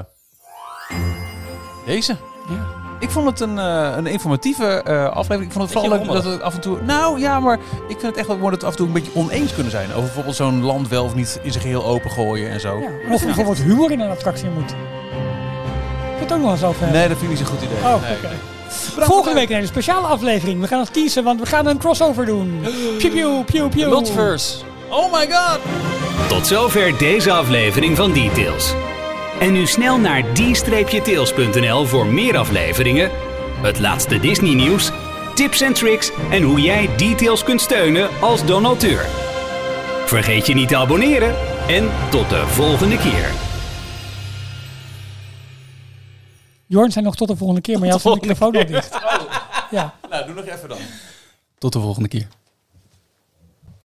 B: deze.
C: Ja.
B: Ik vond het een informatieve aflevering. Ik vond het vooral leuk dat het af en toe... Nou ja, maar ik vind het echt wel mooi dat we af en toe een beetje oneens kunnen zijn. Over bijvoorbeeld zo'n land wel of niet in zijn geheel opengooien en zo.
C: Ja. En of er bijvoorbeeld humor in een attractie moet. Ik het ook nog eens over hebben.
B: Nee, dat vind ik niet zo'n goed idee.
C: Oh,
B: Nee,
C: oké.
B: nee.
C: Volgende week een speciale aflevering. We gaan nog teasen, want we gaan een crossover doen. Pew, pew, pew, pew.
D: Multiverse.
B: Oh my god!
A: Tot zover deze aflevering van Details. En nu snel naar d-tails.nl voor meer afleveringen, het laatste Disney nieuws, tips en tricks en hoe jij Details kunt steunen als donateur. Vergeet je niet te abonneren en tot de volgende keer.
C: Jorn zei nog tot de volgende keer, maar je had zijn microfoon al dicht. Ja.
B: Nou, doe nog even dan.
D: Tot de volgende keer.